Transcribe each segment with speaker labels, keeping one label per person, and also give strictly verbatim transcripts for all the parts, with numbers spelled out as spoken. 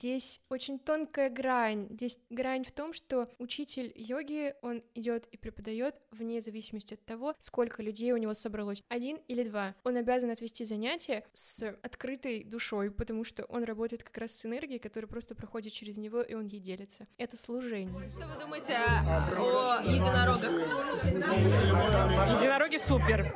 Speaker 1: здесь очень тонкая грань. Здесь грань в том, что учитель йоги, он идет и преподает вне зависимости от того, сколько людей у него собралось. Один или два. Он обязан отвести занятия с открытой душой, потому что он работает как раз с энергией, которая просто проходит через него, и он ей делится. Это служение.
Speaker 2: Что вы думаете о единорогах?
Speaker 3: Единороги супер.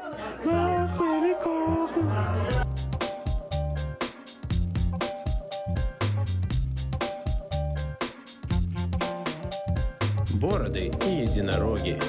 Speaker 4: Бороды и единороги.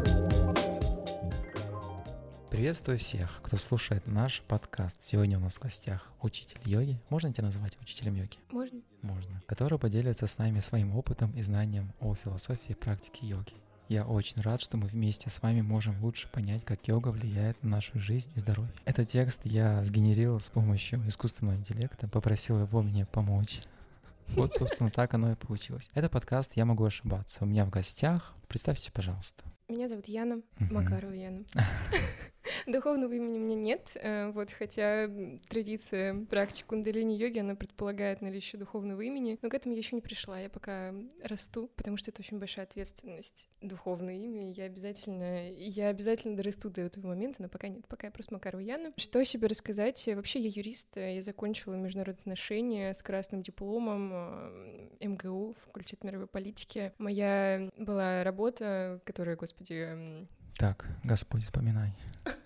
Speaker 5: Приветствую всех, кто слушает наш подкаст. Сегодня у нас в гостях учитель йоги. Можно тебя назвать учителем йоги?
Speaker 1: Можно.
Speaker 5: Можно. Который поделится с нами своим опытом и знанием о философии и практике йоги. Я очень рад, что мы вместе с вами можем лучше понять, как йога влияет на нашу жизнь и здоровье. Этот текст я сгенерировал с помощью искусственного интеллекта, попросил его мне помочь. Вот, собственно, так оно и получилось. Это подкаст «Я могу ошибаться». У меня в гостях, представьте, пожалуйста.
Speaker 1: Меня зовут Яна, Макарова Яна. Духовного имени у меня нет, вот, хотя традиция практики кундалини-йоги, она предполагает наличие духовного имени, но к этому я еще не пришла, я пока расту, потому что это очень большая ответственность, духовное имя, я обязательно, я обязательно дорасту до этого момента, но пока нет, пока я просто Макарова Яна. Что о себе рассказать? Вообще я юрист, я закончила международные отношения с красным дипломом эм гэ у, факультет мировой политики. Моя была работа, которая, господи...
Speaker 5: Так, Господь, вспоминай.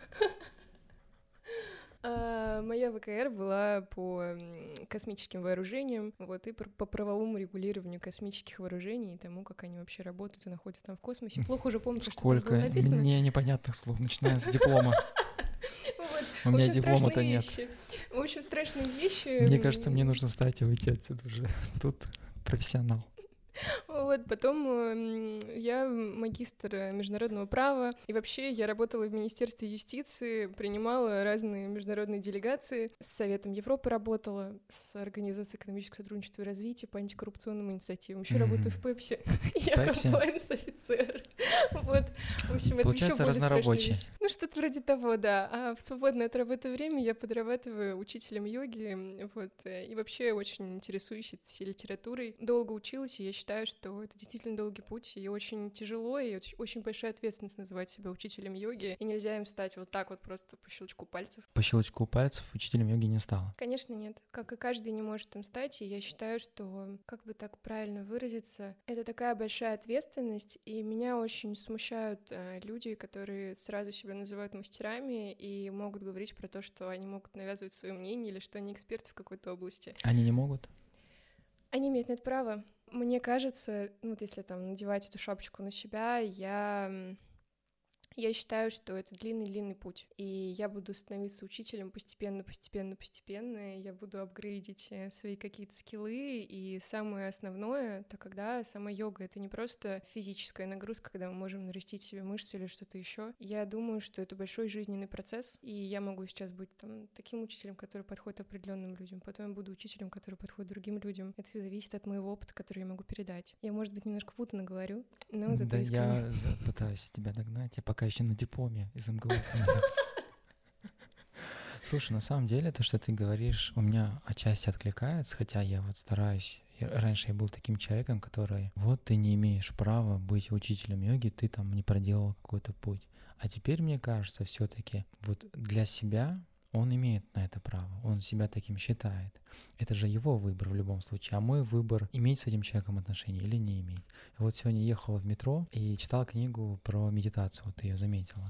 Speaker 1: Uh, моя вэ ка эр была по космическим вооружениям, вот, и по правовому регулированию космических вооружений и тому, как они вообще работают и находятся там в космосе. Плохо уже помню, что там было написано.
Speaker 5: Сколько мне непонятных слов, начиная с диплома. У меня диплома-то нет.
Speaker 1: В общем, страшные вещи.
Speaker 5: Мне кажется, мне нужно встать и уйти отсюда уже. Тут профессионал.
Speaker 1: Вот, потом я магистр международного права, и вообще я работала в Министерстве юстиции, принимала разные международные делегации, с Советом Европы работала, с Организацией экономического сотрудничества и развития по антикоррупционным инициативам, еще mm-hmm. работаю в Пепси, я комплайнс-офицер. Вот, в общем, это еще более
Speaker 5: разнорабочий.
Speaker 1: Ну, что-то вроде того, да. А в свободное от работы время я подрабатываю учителем йоги, вот, и вообще очень интересуюсь этой литературой. Долго училась, и я считаю, что это действительно долгий путь, и очень тяжело, и очень большая ответственность называть себя учителем йоги, и нельзя им стать вот так вот просто по щелчку пальцев.
Speaker 5: По щелчку пальцев учителем йоги не стала?
Speaker 1: Конечно, нет. Как и каждый не может им стать, и я считаю, что, как бы так правильно выразиться, это такая большая ответственность, и меня очень смущают э, люди, которые сразу себя называют мастерами и могут говорить про то, что они могут навязывать свое мнение или что они эксперты в какой-то области.
Speaker 5: Они не могут?
Speaker 1: Они имеют на это право. Мне кажется, ну вот если там надевать эту шапочку на себя, я... Я считаю, что это длинный-длинный путь, и я буду становиться учителем постепенно, постепенно, постепенно, я буду апгрейдить свои какие-то скиллы, и самое основное, это когда сама йога — это не просто физическая нагрузка, когда мы можем нарастить себе мышцы или что-то еще. Я думаю, что это большой жизненный процесс, и я могу сейчас быть там таким учителем, который подходит определенным людям, потом я буду учителем, который подходит другим людям. Это все зависит от моего опыта, который я могу передать. Я, может быть, немножко путанно говорю, но зато
Speaker 5: да
Speaker 1: искренне.
Speaker 5: Я пытаюсь тебя догнать, я пока еще на дипломе из эм гэ у остановился. Слушай, на самом деле, то, что ты говоришь, у меня отчасти откликается, хотя я вот стараюсь... Раньше я был таким человеком, который... Вот ты не имеешь права быть учителем йоги, ты там не проделал какой-то путь. А теперь, мне кажется, все-таки вот для себя он имеет на это право, он себя таким считает. Это же его выбор в любом случае, а мой выбор — иметь с этим человеком отношения или не иметь. И вот сегодня ехала в метро и читала книгу про медитацию, вот ты ее заметила.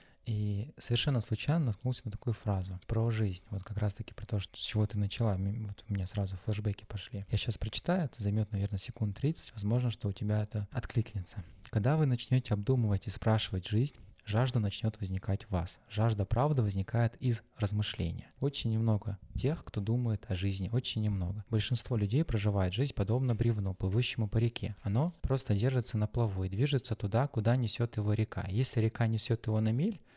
Speaker 5: И совершенно случайно наткнулся на такую фразу про жизнь, вот как раз-таки про то, что, с чего ты начала, вот у меня сразу флешбеки пошли. Я сейчас прочитаю, это займет, наверное, секунд тридцать, возможно, что у тебя это откликнется. Когда вы начнете обдумывать и спрашивать жизнь, жажда начнет возникать в вас. Жажда правды возникает из размышления. Очень немного тех, кто думает о жизни, очень немного. Большинство людей проживает жизнь подобно бревну, плывущему по реке. Оно просто держится на плаву и движется туда, куда несет его река. Если река несет его на миль,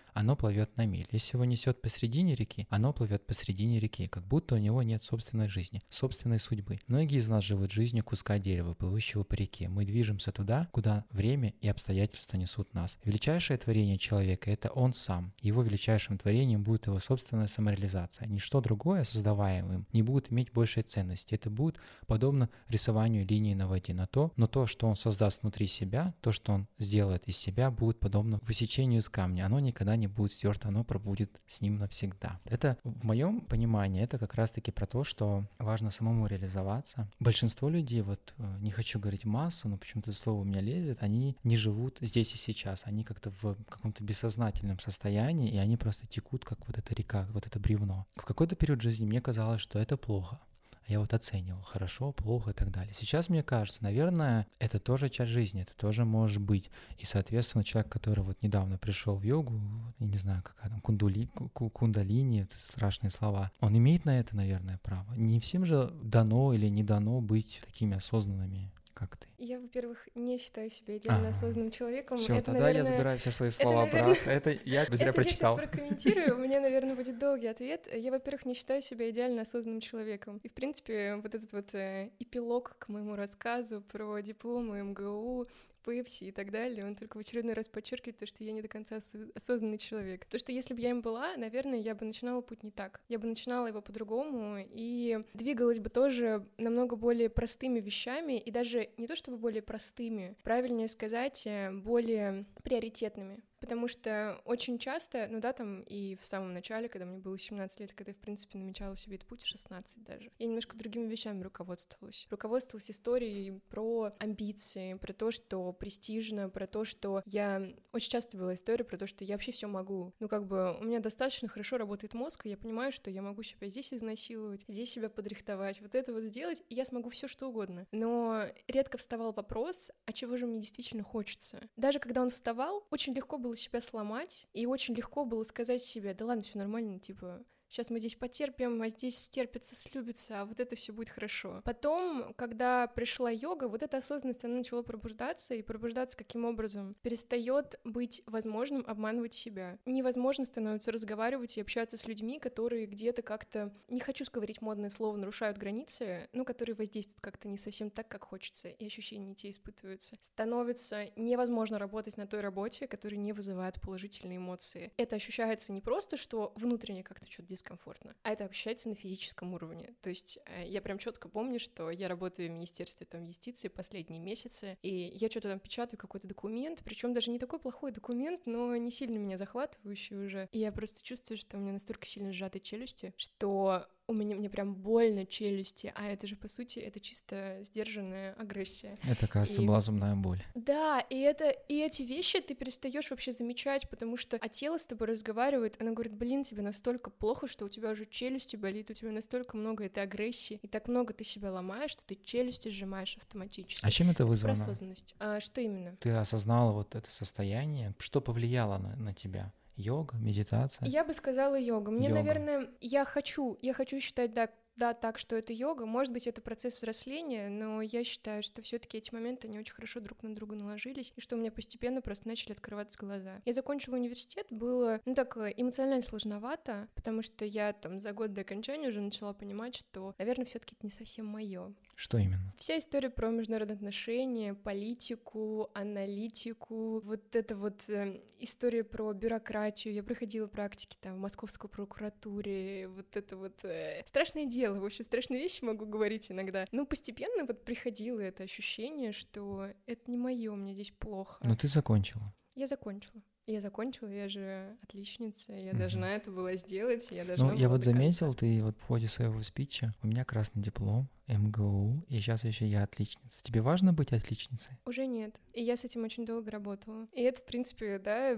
Speaker 5: оно плывет на миль. Если его несет посредине реки, оно плывет посредине реки, как будто у него нет собственной жизни, собственной судьбы. Многие из нас живут жизнью куска дерева, плывущего по реке. Мы движемся туда, куда время и обстоятельства несут нас. Величайшее творение человека — это он сам. Его величайшим творением будет его собственная самореализация. Ничто другое, создаваемое им, не будет иметь большей ценности. Это будет подобно рисованию линии на воде. Но то, но то, что он создаст внутри себя, то, что он сделает из себя, будет подобно высечению из камня. Оно никогда не будет стерто, оно пробудет с ним навсегда. Это, в моем понимании, это как раз-таки про то, что важно самому реализоваться. Большинство людей, вот не хочу говорить масса, но почему-то это слово у меня лезет, они не живут здесь и сейчас. Они как-то в каком-то бессознательном состоянии, и они просто текут, как вот эта река, вот это бревно. В какой-то период жизни мне казалось, что это плохо. Я вот оценивал, хорошо, плохо и так далее. Сейчас мне кажется, наверное, это тоже часть жизни, это тоже может быть. И, соответственно, человек, который вот недавно пришел в йогу, я не знаю, какая там, кундули, кундалини, это страшные слова, он имеет на это, наверное, право. Не всем же дано или не дано быть такими осознанными, как ты.
Speaker 1: Я, во-первых, не считаю себя идеально осознанным человеком.
Speaker 5: Все,
Speaker 1: это,
Speaker 5: тогда
Speaker 1: наверное...
Speaker 5: я забираю все свои слова
Speaker 1: это, наверное...
Speaker 5: обратно. Это я зря прочитал.
Speaker 1: Это я сейчас прокомментирую, у меня, наверное, будет долгий ответ. Я, во-первых, не считаю себя идеально осознанным человеком. И, в принципе, вот этот вот э, эпилог к моему рассказу про дипломы эм гэ у, Пепси и так далее, он только в очередной раз подчеркивает то, что я не до конца осо- осознанный человек. Потому что если бы я им была, наверное, я бы начинала путь не так. Я бы начинала его по-другому и двигалась бы тоже намного более простыми вещами, и даже не то чтобы более простыми, правильнее сказать, более приоритетными. Потому что очень часто, ну да, там и в самом начале, когда мне было семнадцать лет, когда я, в принципе, намечала себе этот путь, шестнадцать даже, я немножко другими вещами руководствовалась. Руководствовалась историей про амбиции, про то, что престижно, про то, что я... Очень часто была история про то, что я вообще все могу. Ну, как бы у меня достаточно хорошо работает мозг, и я понимаю, что я могу себя здесь изнасиловать, здесь себя подрихтовать, вот это вот сделать, и я смогу все что угодно. Но редко вставал вопрос, а чего же мне действительно хочется. Даже когда он вставал, очень легко было себя сломать, и очень легко было сказать себе: да ладно, все нормально, типа, сейчас мы здесь потерпим, а здесь стерпится, слюбится, а вот это все будет хорошо. Потом, когда пришла йога, вот эта осознанность, она начала пробуждаться, и пробуждаться каким образом? Перестает быть возможным обманывать себя. Невозможно становится разговаривать и общаться с людьми, которые где-то как-то, не хочу говорить модное слово, нарушают границы, но которые воздействуют как-то не совсем так, как хочется, и ощущения не те испытываются. Становится невозможно работать на той работе, которая не вызывает положительные эмоции. Это ощущается не просто, что внутренне как-то что-то дискомфортно, а это ощущается на физическом уровне. То есть я прям четко помню, что я работаю в Министерстве там, юстиции последние месяцы, и я что-то там печатаю, какой-то документ, причем даже не такой плохой документ, но не сильно меня захватывающий уже. И я просто чувствую, что у меня настолько сильно сжаты челюсти, что у меня мне прям больно челюсти, а это же, по сути, это чисто сдержанная агрессия.
Speaker 5: Это, кажется, и... была зубная боль.
Speaker 1: Да, и, это, и эти вещи ты перестаешь вообще замечать, потому что а тело с тобой разговаривает, оно говорит: блин, тебе настолько плохо, что у тебя уже челюсти болит, у тебя настолько много этой агрессии, и так много ты себя ломаешь, что ты челюсти сжимаешь автоматически.
Speaker 5: А чем это вызвано?
Speaker 1: Это про осознанность. А что именно?
Speaker 5: Ты осознала вот это состояние, что повлияло на, на тебя? Йога, медитация?
Speaker 1: Я бы сказала йога. Мне,
Speaker 5: йога.
Speaker 1: наверное, я хочу, я хочу считать, да, да, так, что это йога. Может быть, это процесс взросления, но я считаю, что все-таки эти моменты, они очень хорошо друг на друга наложились, и что у меня постепенно просто начали открываться глаза. Я закончила университет, было, ну, так, эмоционально сложновато, потому что я там за год до окончания уже начала понимать, что, наверное, все-таки это не совсем мое.
Speaker 5: Что именно?
Speaker 1: Вся история про международные отношения, политику, аналитику, вот эта вот э, история про бюрократию. Я проходила практики там в Московской прокуратуре, вот это вот э, страшное дело, в общем, страшные вещи могу говорить иногда. Ну, постепенно вот приходило это ощущение, что это не мое, мне здесь плохо.
Speaker 5: Но ты закончила.
Speaker 1: Я закончила. Я закончила, я же отличница, я mm-hmm. должна это была сделать, я должна
Speaker 5: Ну,
Speaker 1: была
Speaker 5: я вот заметил,
Speaker 1: конца.
Speaker 5: ты вот в ходе своего спича, у меня красный диплом, эм гэ у, и сейчас еще я отличница. Тебе важно быть отличницей?
Speaker 1: Уже нет. И я с этим очень долго работала. И это, в принципе, да,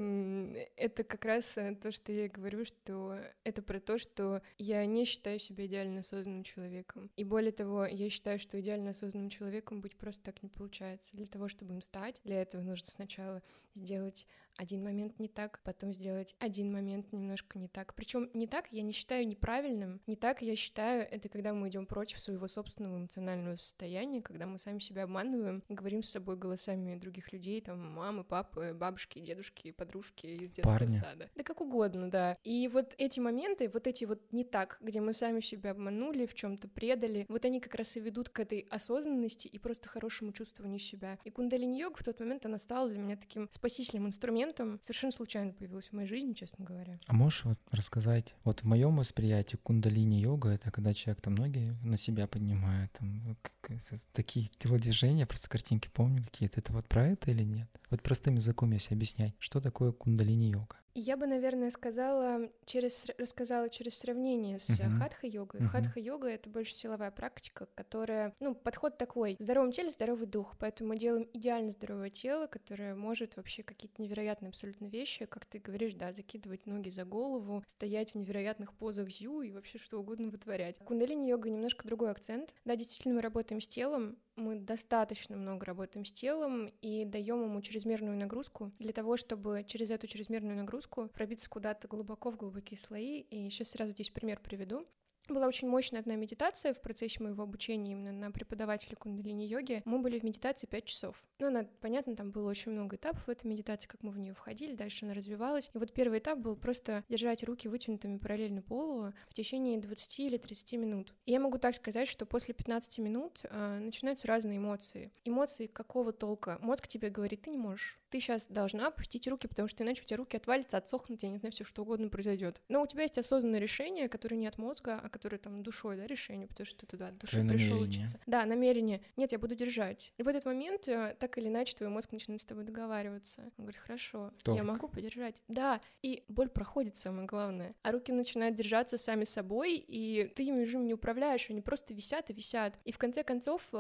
Speaker 1: это как раз то, что я говорю, что это про то, что я не считаю себя идеально осознанным человеком. И более того, я считаю, что идеально осознанным человеком быть просто так не получается. Для того, чтобы им стать, для этого нужно сначала сделать один момент не так, потом сделать один момент немножко не так. Причем не так я не считаю неправильным, не так я считаю, это когда мы идем против своего собственного естественного эмоционального состояния, когда мы сами себя обманываем и говорим с собой голосами других людей, там, мамы, папы, бабушки, дедушки, подружки из детского
Speaker 5: Парни.
Speaker 1: сада. Да как угодно, да. И вот эти моменты, вот эти вот не так, где мы сами себя обманули, в чем-то предали, вот они как раз и ведут к этой осознанности и просто хорошему чувствованию себя. И кундалини-йога в тот момент, она стала для меня таким спасительным инструментом, совершенно случайно появилась в моей жизни, честно говоря.
Speaker 5: А можешь вот рассказать, вот в моем восприятии кундалини-йога — это когда человек там ноги на себя поднимает, там, как, такие телодвижения, просто картинки помню какие-то. Это вот про это или нет? Вот простым языком, если объяснять, что такое кундалини-йога?
Speaker 1: Я бы, наверное, сказала через, рассказала через сравнение с
Speaker 5: uh-huh.
Speaker 1: хатха-йогой.
Speaker 5: Uh-huh.
Speaker 1: Хатха-йога — это больше силовая практика, которая, ну, подход такой: в здоровом теле здоровый дух, поэтому мы делаем идеально здоровое тело, которое может вообще какие-то невероятные абсолютно вещи, как ты говоришь, да, закидывать ноги за голову, стоять в невероятных позах зю и вообще что угодно вытворять. Кундалини-йога немножко другой акцент. Да, действительно, мы работаем с телом, мы достаточно много работаем с телом и даем ему чрезмерную нагрузку для того, чтобы через эту чрезмерную нагрузку пробиться куда-то глубоко в глубокие слои. И сейчас сразу здесь пример приведу. Была очень мощная одна медитация в процессе моего обучения именно на преподавателя кундалини-йоги. Мы были в медитации пять часов. Ну, она, понятно, там было очень много этапов в этой медитации, как мы в нее входили, дальше она развивалась. И вот первый этап был просто держать руки вытянутыми параллельно полу в течение двадцати или тридцати минут. И я могу так сказать, что после пятнадцати минут э, начинаются разные эмоции. Эмоции какого толка? Мозг тебе говорит: ты не можешь. Ты сейчас должна опустить руки, потому что иначе у тебя руки отвалятся, отсохнут, я не знаю, все что угодно произойдет. Но у тебя есть осознанное решение, которое не от мозга, а которое там душой, да, решение, потому что ты туда от души пришел учиться. Да, намерение. Нет, я буду держать. И в этот момент так или иначе твой мозг начинает с тобой договариваться. Он говорит: хорошо, Торг. Я могу подержать. Да, и боль проходит, самое главное. А руки начинают держаться сами собой, и ты ими уже не управляешь, они просто висят и висят. И в конце концов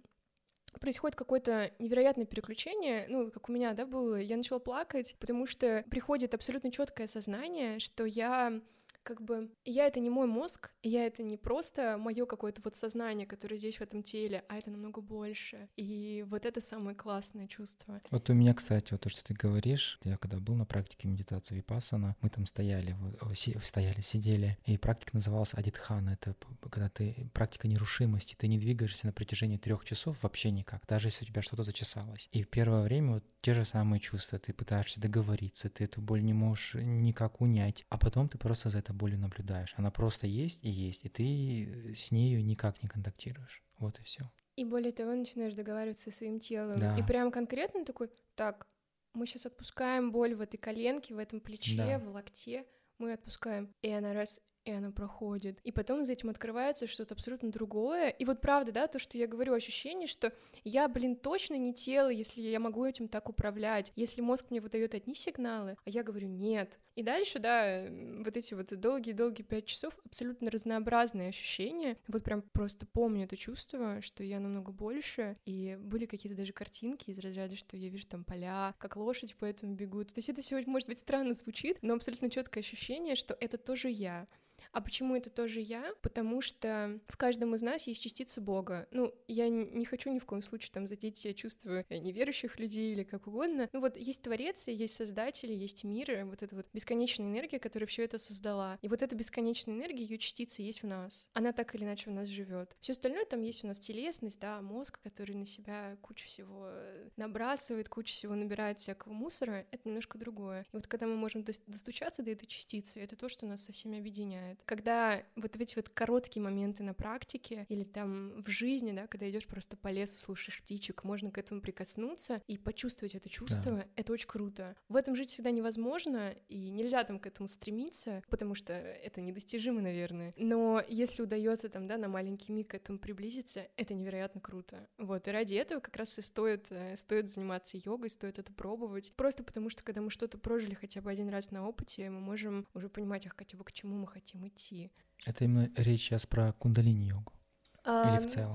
Speaker 1: происходит какое-то невероятное переключение, ну, как у меня, да, было, я начала плакать, потому что приходит абсолютно четкое сознание, что я как бы, я — это не мой мозг, я — это не просто мое какое-то вот сознание, которое здесь в этом теле, а это намного больше. И вот это самое классное чувство.
Speaker 5: Вот у меня, кстати, вот то, что ты говоришь, я когда был на практике медитации випассана, мы там стояли, вот, си, стояли, сидели, и практика называлась адитхана. Это когда ты, практика нерушимости, ты не двигаешься на протяжении трех часов вообще никак, даже если у тебя что-то зачесалось. И в первое время вот те же самые чувства, ты пытаешься договориться, ты эту боль не можешь никак унять, а потом ты просто за это болью наблюдаешь. Она просто есть и есть, и ты с нею никак не контактируешь. Вот и все.
Speaker 1: И более того, начинаешь договариваться со своим телом.
Speaker 5: Да.
Speaker 1: И прям конкретно такой: так, мы сейчас отпускаем боль в этой коленке, в этом плече, да. в локте. Мы отпускаем. И она раз... и она проходит. И потом за этим открывается что-то абсолютно другое. И вот правда, да, то, что я говорю, ощущение, что я, блин, точно не тело, если я могу этим так управлять, если мозг мне выдает одни сигналы, а я говорю нет. И дальше, да, вот эти вот долгие-долгие пять часов абсолютно разнообразные ощущения. Вот прям просто помню это чувство, что я намного больше, и были какие-то даже картинки из разряда, что я вижу там поля, как лошади по этому бегут. То есть это все, может быть, странно звучит, но абсолютно четкое ощущение, что это тоже я. А почему это тоже я? Потому что в каждом из нас есть частица Бога. Ну, я не хочу ни в коем случае там задеть чувства неверующих людей или как угодно. Ну вот есть Творец, есть Создатель, есть мир, вот эта вот бесконечная энергия, которая все это создала. И вот эта бесконечная энергия, ее частица есть в нас. Она так или иначе в нас живет. Все остальное там есть у нас телесность, да, мозг, который на себя кучу всего набрасывает, кучу всего набирает всякого мусора. Это немножко другое. И вот когда мы можем достучаться до этой частицы, это то, что нас со всеми объединяет. Когда вот в эти вот короткие моменты на практике или там в жизни, да, когда идешь просто по лесу, слушаешь птичек, можно к этому прикоснуться и почувствовать это чувство, да. Это очень круто. В этом жить всегда невозможно, и нельзя там к этому стремиться, потому что это недостижимо, наверное. Но если удается там, да, на маленький миг к этому приблизиться, это невероятно круто. Вот, и ради этого как раз и стоит, стоит заниматься йогой, стоит это пробовать. Просто потому что, когда мы что-то прожили хотя бы один раз на опыте, мы можем уже понимать, ах, хотя бы к чему мы хотим идти.
Speaker 5: Это именно речь сейчас про кундалини-йогу? А, или в целом?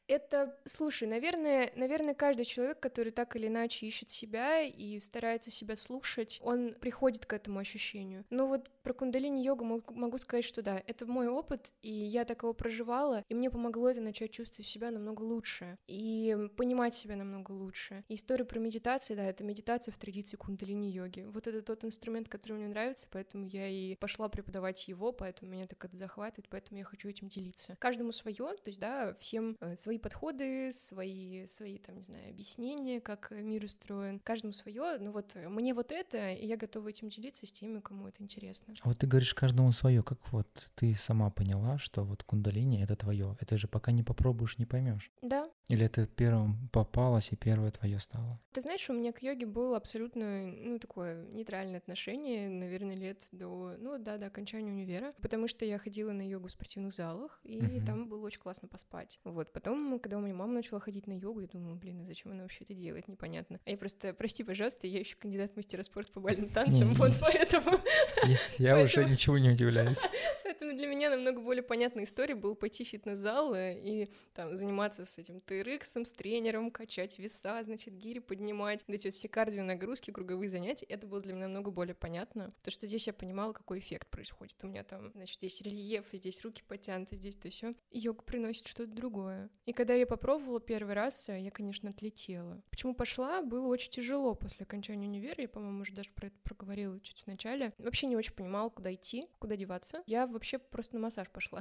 Speaker 1: Это, слушай, наверное, наверное, каждый человек, который так или иначе ищет себя и старается себя слушать, он приходит к этому ощущению. Но вот про кундалини-йогу могу сказать, что да, это мой опыт, и я такого проживала, и мне помогло это начать чувствовать себя намного лучше, и понимать себя намного лучше. И история про медитации, да, это медитация в традиции кундалини-йоги. Вот это тот инструмент, который мне нравится, поэтому я и пошла преподавать его, поэтому меня так это захватывает, поэтому я хочу этим делиться. Каждому свое, то есть, да, всем свои подходы, свои, свои, там, не знаю, объяснения, как мир устроен, каждому свое, но вот мне вот это, и я готова этим делиться с теми, кому это интересно.
Speaker 5: А вот ты говоришь каждому свое, как вот ты сама поняла, что вот кундалини — это твое? Это же пока не попробуешь, не поймешь.
Speaker 1: Да.
Speaker 5: Или это первым попалось и первое твое стало?
Speaker 1: Ты знаешь, у меня к йоге было абсолютно, ну, такое нейтральное отношение, наверное, лет до, ну, да, до окончания универа, потому что я ходила на йогу в спортивных залах, и uh-huh. там было очень классно поспать. Вот, потом, когда у меня мама начала ходить на йогу, я думала, блин, а зачем она вообще это делает, непонятно. А я просто, прости, пожалуйста, я еще кандидат в мастера спорта по бальным танцам, вот поэтому...
Speaker 5: Я уже ничего не удивляюсь.
Speaker 1: Поэтому для меня намного более понятная история была пойти в фитнес-зал и там заниматься с этим тэ эр иксом, с тренером, качать веса, значит, гири поднимать, вот эти вот все кардионагрузки, круговые занятия, это было для меня намного более понятно, то что здесь я понимала, какой эффект происходит. У меня там, значит, здесь рельеф, здесь руки потянуты, здесь то все. Йога приносит что-то другое. И когда я попробовала первый раз, я, конечно, отлетела. Почему пошла? Было очень тяжело после окончания универа, я, по-моему, уже даже про это проговорила чуть в начале. Вообще не очень понимала, куда идти, куда деваться. Я вообще просто на массаж пошла.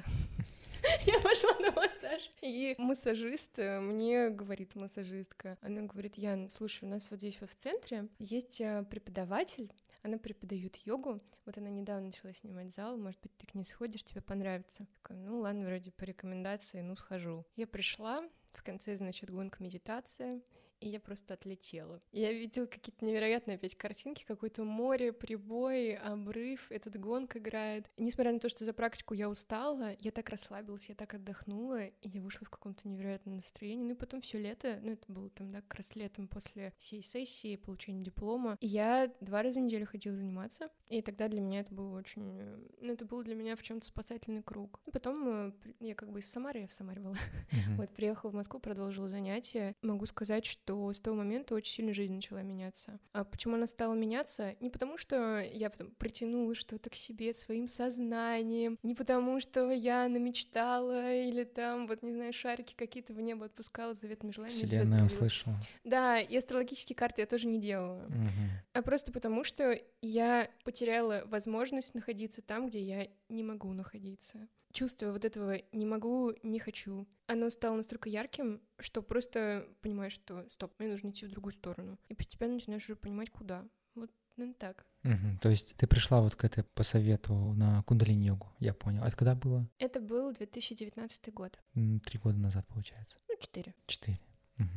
Speaker 1: Я пошла на массаж. И массажист мне говорит, массажистка, она говорит: Ян, слушай, у нас вот здесь вот в центре есть преподаватель, она преподает йогу, вот она недавно начала снимать зал, может быть, ты к ней сходишь, тебе понравится. Такая, ну ладно, вроде по рекомендации, ну схожу. Я пришла, в конце, значит, гонка, медитация, и я просто отлетела. Я видела какие-то невероятные опять картинки, какое-то море, прибой, обрыв, этот гонг играет. Несмотря на то, что за практику я устала, я так расслабилась, я так отдохнула, и я вышла в каком-то невероятном настроении. Ну и потом все лето, ну это было там, да, как раз летом после всей сессии, получения диплома, и я два раза в неделю ходила заниматься, и тогда для меня это было очень... Ну это был для меня в чем-то спасательный круг. И потом я как бы из Самары, я в Самаре была, mm-hmm. вот приехала в Москву, продолжила занятия. Могу сказать, что что с того момента очень сильно жизнь начала меняться. А почему она стала меняться? Не потому, что я потом притянула что-то к себе своим сознанием, не потому, что я намечтала или там, вот, не знаю, шарики какие-то в небо отпускала, заветными желаниями.
Speaker 5: Вселенная услышала.
Speaker 1: Да, и астрологические карты я тоже не делала.
Speaker 5: Угу.
Speaker 1: А просто потому, что я потеряла возможность находиться там, где я не могу находиться. Чувство вот этого «не могу, не хочу», оно стало настолько ярким, что просто понимаешь, что стоп, мне нужно идти в другую сторону. И постепенно начинаешь уже понимать, куда. Вот, наверное, так.
Speaker 5: Угу. То есть ты пришла вот к этой по совету на кундалини-йогу, я понял. А это когда было?
Speaker 1: Это был две тысячи девятнадцатый год.
Speaker 5: Три года назад, получается.
Speaker 1: Ну, четыре.
Speaker 5: Четыре. Угу.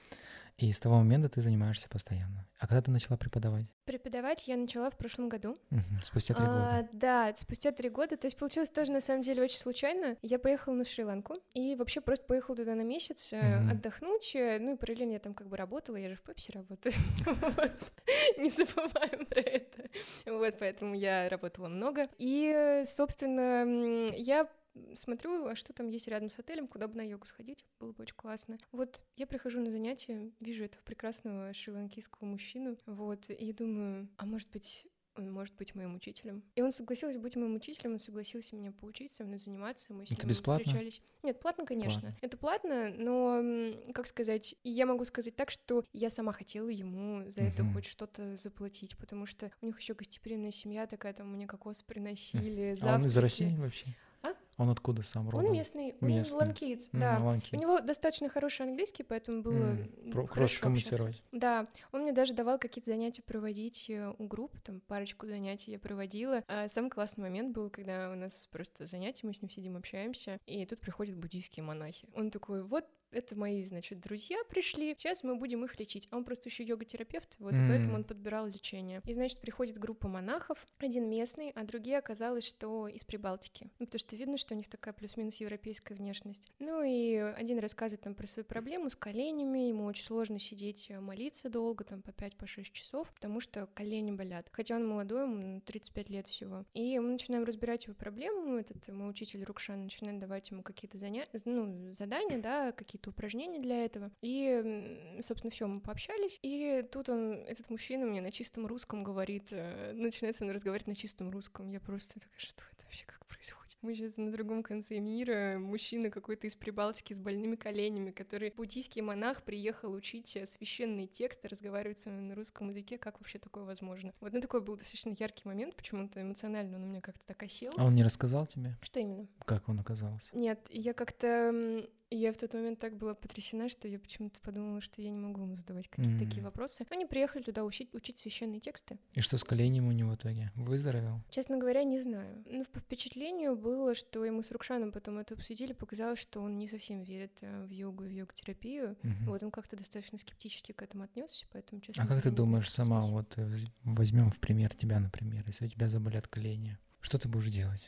Speaker 5: И с того момента ты занимаешься постоянно. А когда ты начала преподавать?
Speaker 1: Преподавать я начала в прошлом году.
Speaker 5: Угу. Спустя три года.
Speaker 1: А, да, спустя три года. То есть получилось тоже, на самом деле, очень случайно. Я поехала на Шри-Ланку и вообще просто поехала туда на месяц угу. отдохнуть. Ну и параллельно я там как бы работала, я же в Пепси работаю. Не забываем про это. Вот, поэтому я работала много. И, собственно, я смотрю, а что там есть рядом с отелем, куда бы на йогу сходить, было бы очень классно. Вот я прихожу на занятия, вижу этого прекрасного шри-ланкийского мужчину, вот, и я думаю, а может быть, он может быть моим учителем. И он согласился быть моим учителем, он согласился меня поучить, со мной заниматься, мы с
Speaker 5: Это
Speaker 1: ним
Speaker 5: бесплатно?
Speaker 1: встречались. Нет, платно, конечно.
Speaker 5: Платно.
Speaker 1: Это платно, но, как сказать, я могу сказать так, что я сама хотела ему за это
Speaker 5: Мгм.
Speaker 1: хоть что-то заплатить, потому что у них еще гостеприимная семья такая, там мне кокос приносили,
Speaker 5: А он из
Speaker 1: завтраки.
Speaker 5: России вообще?
Speaker 1: А?
Speaker 5: Он откуда сам родом?
Speaker 1: Он местный, он
Speaker 5: Местный.
Speaker 1: ланкиец,
Speaker 5: М,
Speaker 1: да.
Speaker 5: ланкиец.
Speaker 1: У него достаточно хороший английский, поэтому было
Speaker 5: М, про-
Speaker 1: хорошо
Speaker 5: проще коммуницировать.
Speaker 1: общаться. Да, он мне даже давал какие-то занятия проводить э, у групп, там парочку занятий я проводила. А самый классный момент был, когда у нас просто занятия, мы с ним сидим, общаемся, и тут приходят буддийские монахи. Он такой: вот это мои, значит, друзья пришли, сейчас мы будем их лечить. А он просто еще йога-терапевт, вот,
Speaker 5: М.
Speaker 1: и поэтому он подбирал лечение. И, значит, приходит группа монахов, один местный, а другие оказалось, что из Прибалтики. Ну, потому что видно, что у них такая плюс-минус европейская внешность. Ну, и один рассказывает там про свою проблему с коленями, ему очень сложно сидеть, молиться долго, там, по пять, по шесть часов, потому что колени болят. Хотя он молодой, ему тридцать пять лет всего. И мы начинаем разбирать его проблему, этот мой учитель Рукшан начинает давать ему какие-то заня... ну, задания, да, какие-то какие-то упражнения для этого. И, собственно, все, мы пообщались. И тут он, этот мужчина мне на чистом русском говорит, начинает со мной разговаривать на чистом русском. Я просто такая, что это вообще как происходит? Мы сейчас на другом конце мира, мужчина какой-то из Прибалтики с больными коленями, который буддийский монах приехал учить священные тексты, разговаривать с вами на русском языке. Как вообще такое возможно? Вот, ну, такой был достаточно яркий момент, почему-то эмоционально он у меня как-то так осел.
Speaker 5: А он не рассказал тебе?
Speaker 1: Что именно?
Speaker 5: Как он оказался?
Speaker 1: Нет, я как-то... Я в тот момент так была потрясена, что я почему-то подумала, что я не могу ему задавать какие-то mm-hmm. такие вопросы. Они приехали туда учить, учить священные тексты.
Speaker 5: И что с коленем у него в итоге? Выздоровел?
Speaker 1: Честно говоря, не знаю. Ну, по впечатлению было, что ему с Рукшаном потом это обсудили, показалось, что он не совсем верит в йогу и в йога-терапию. Mm-hmm. Вот он как-то достаточно скептически к этому отнесся, поэтому, честно
Speaker 5: А
Speaker 1: говоря,
Speaker 5: как ты думаешь
Speaker 1: знаю,
Speaker 5: сама, вот возьмем в пример тебя, например, если у тебя заболят колени, что ты будешь делать?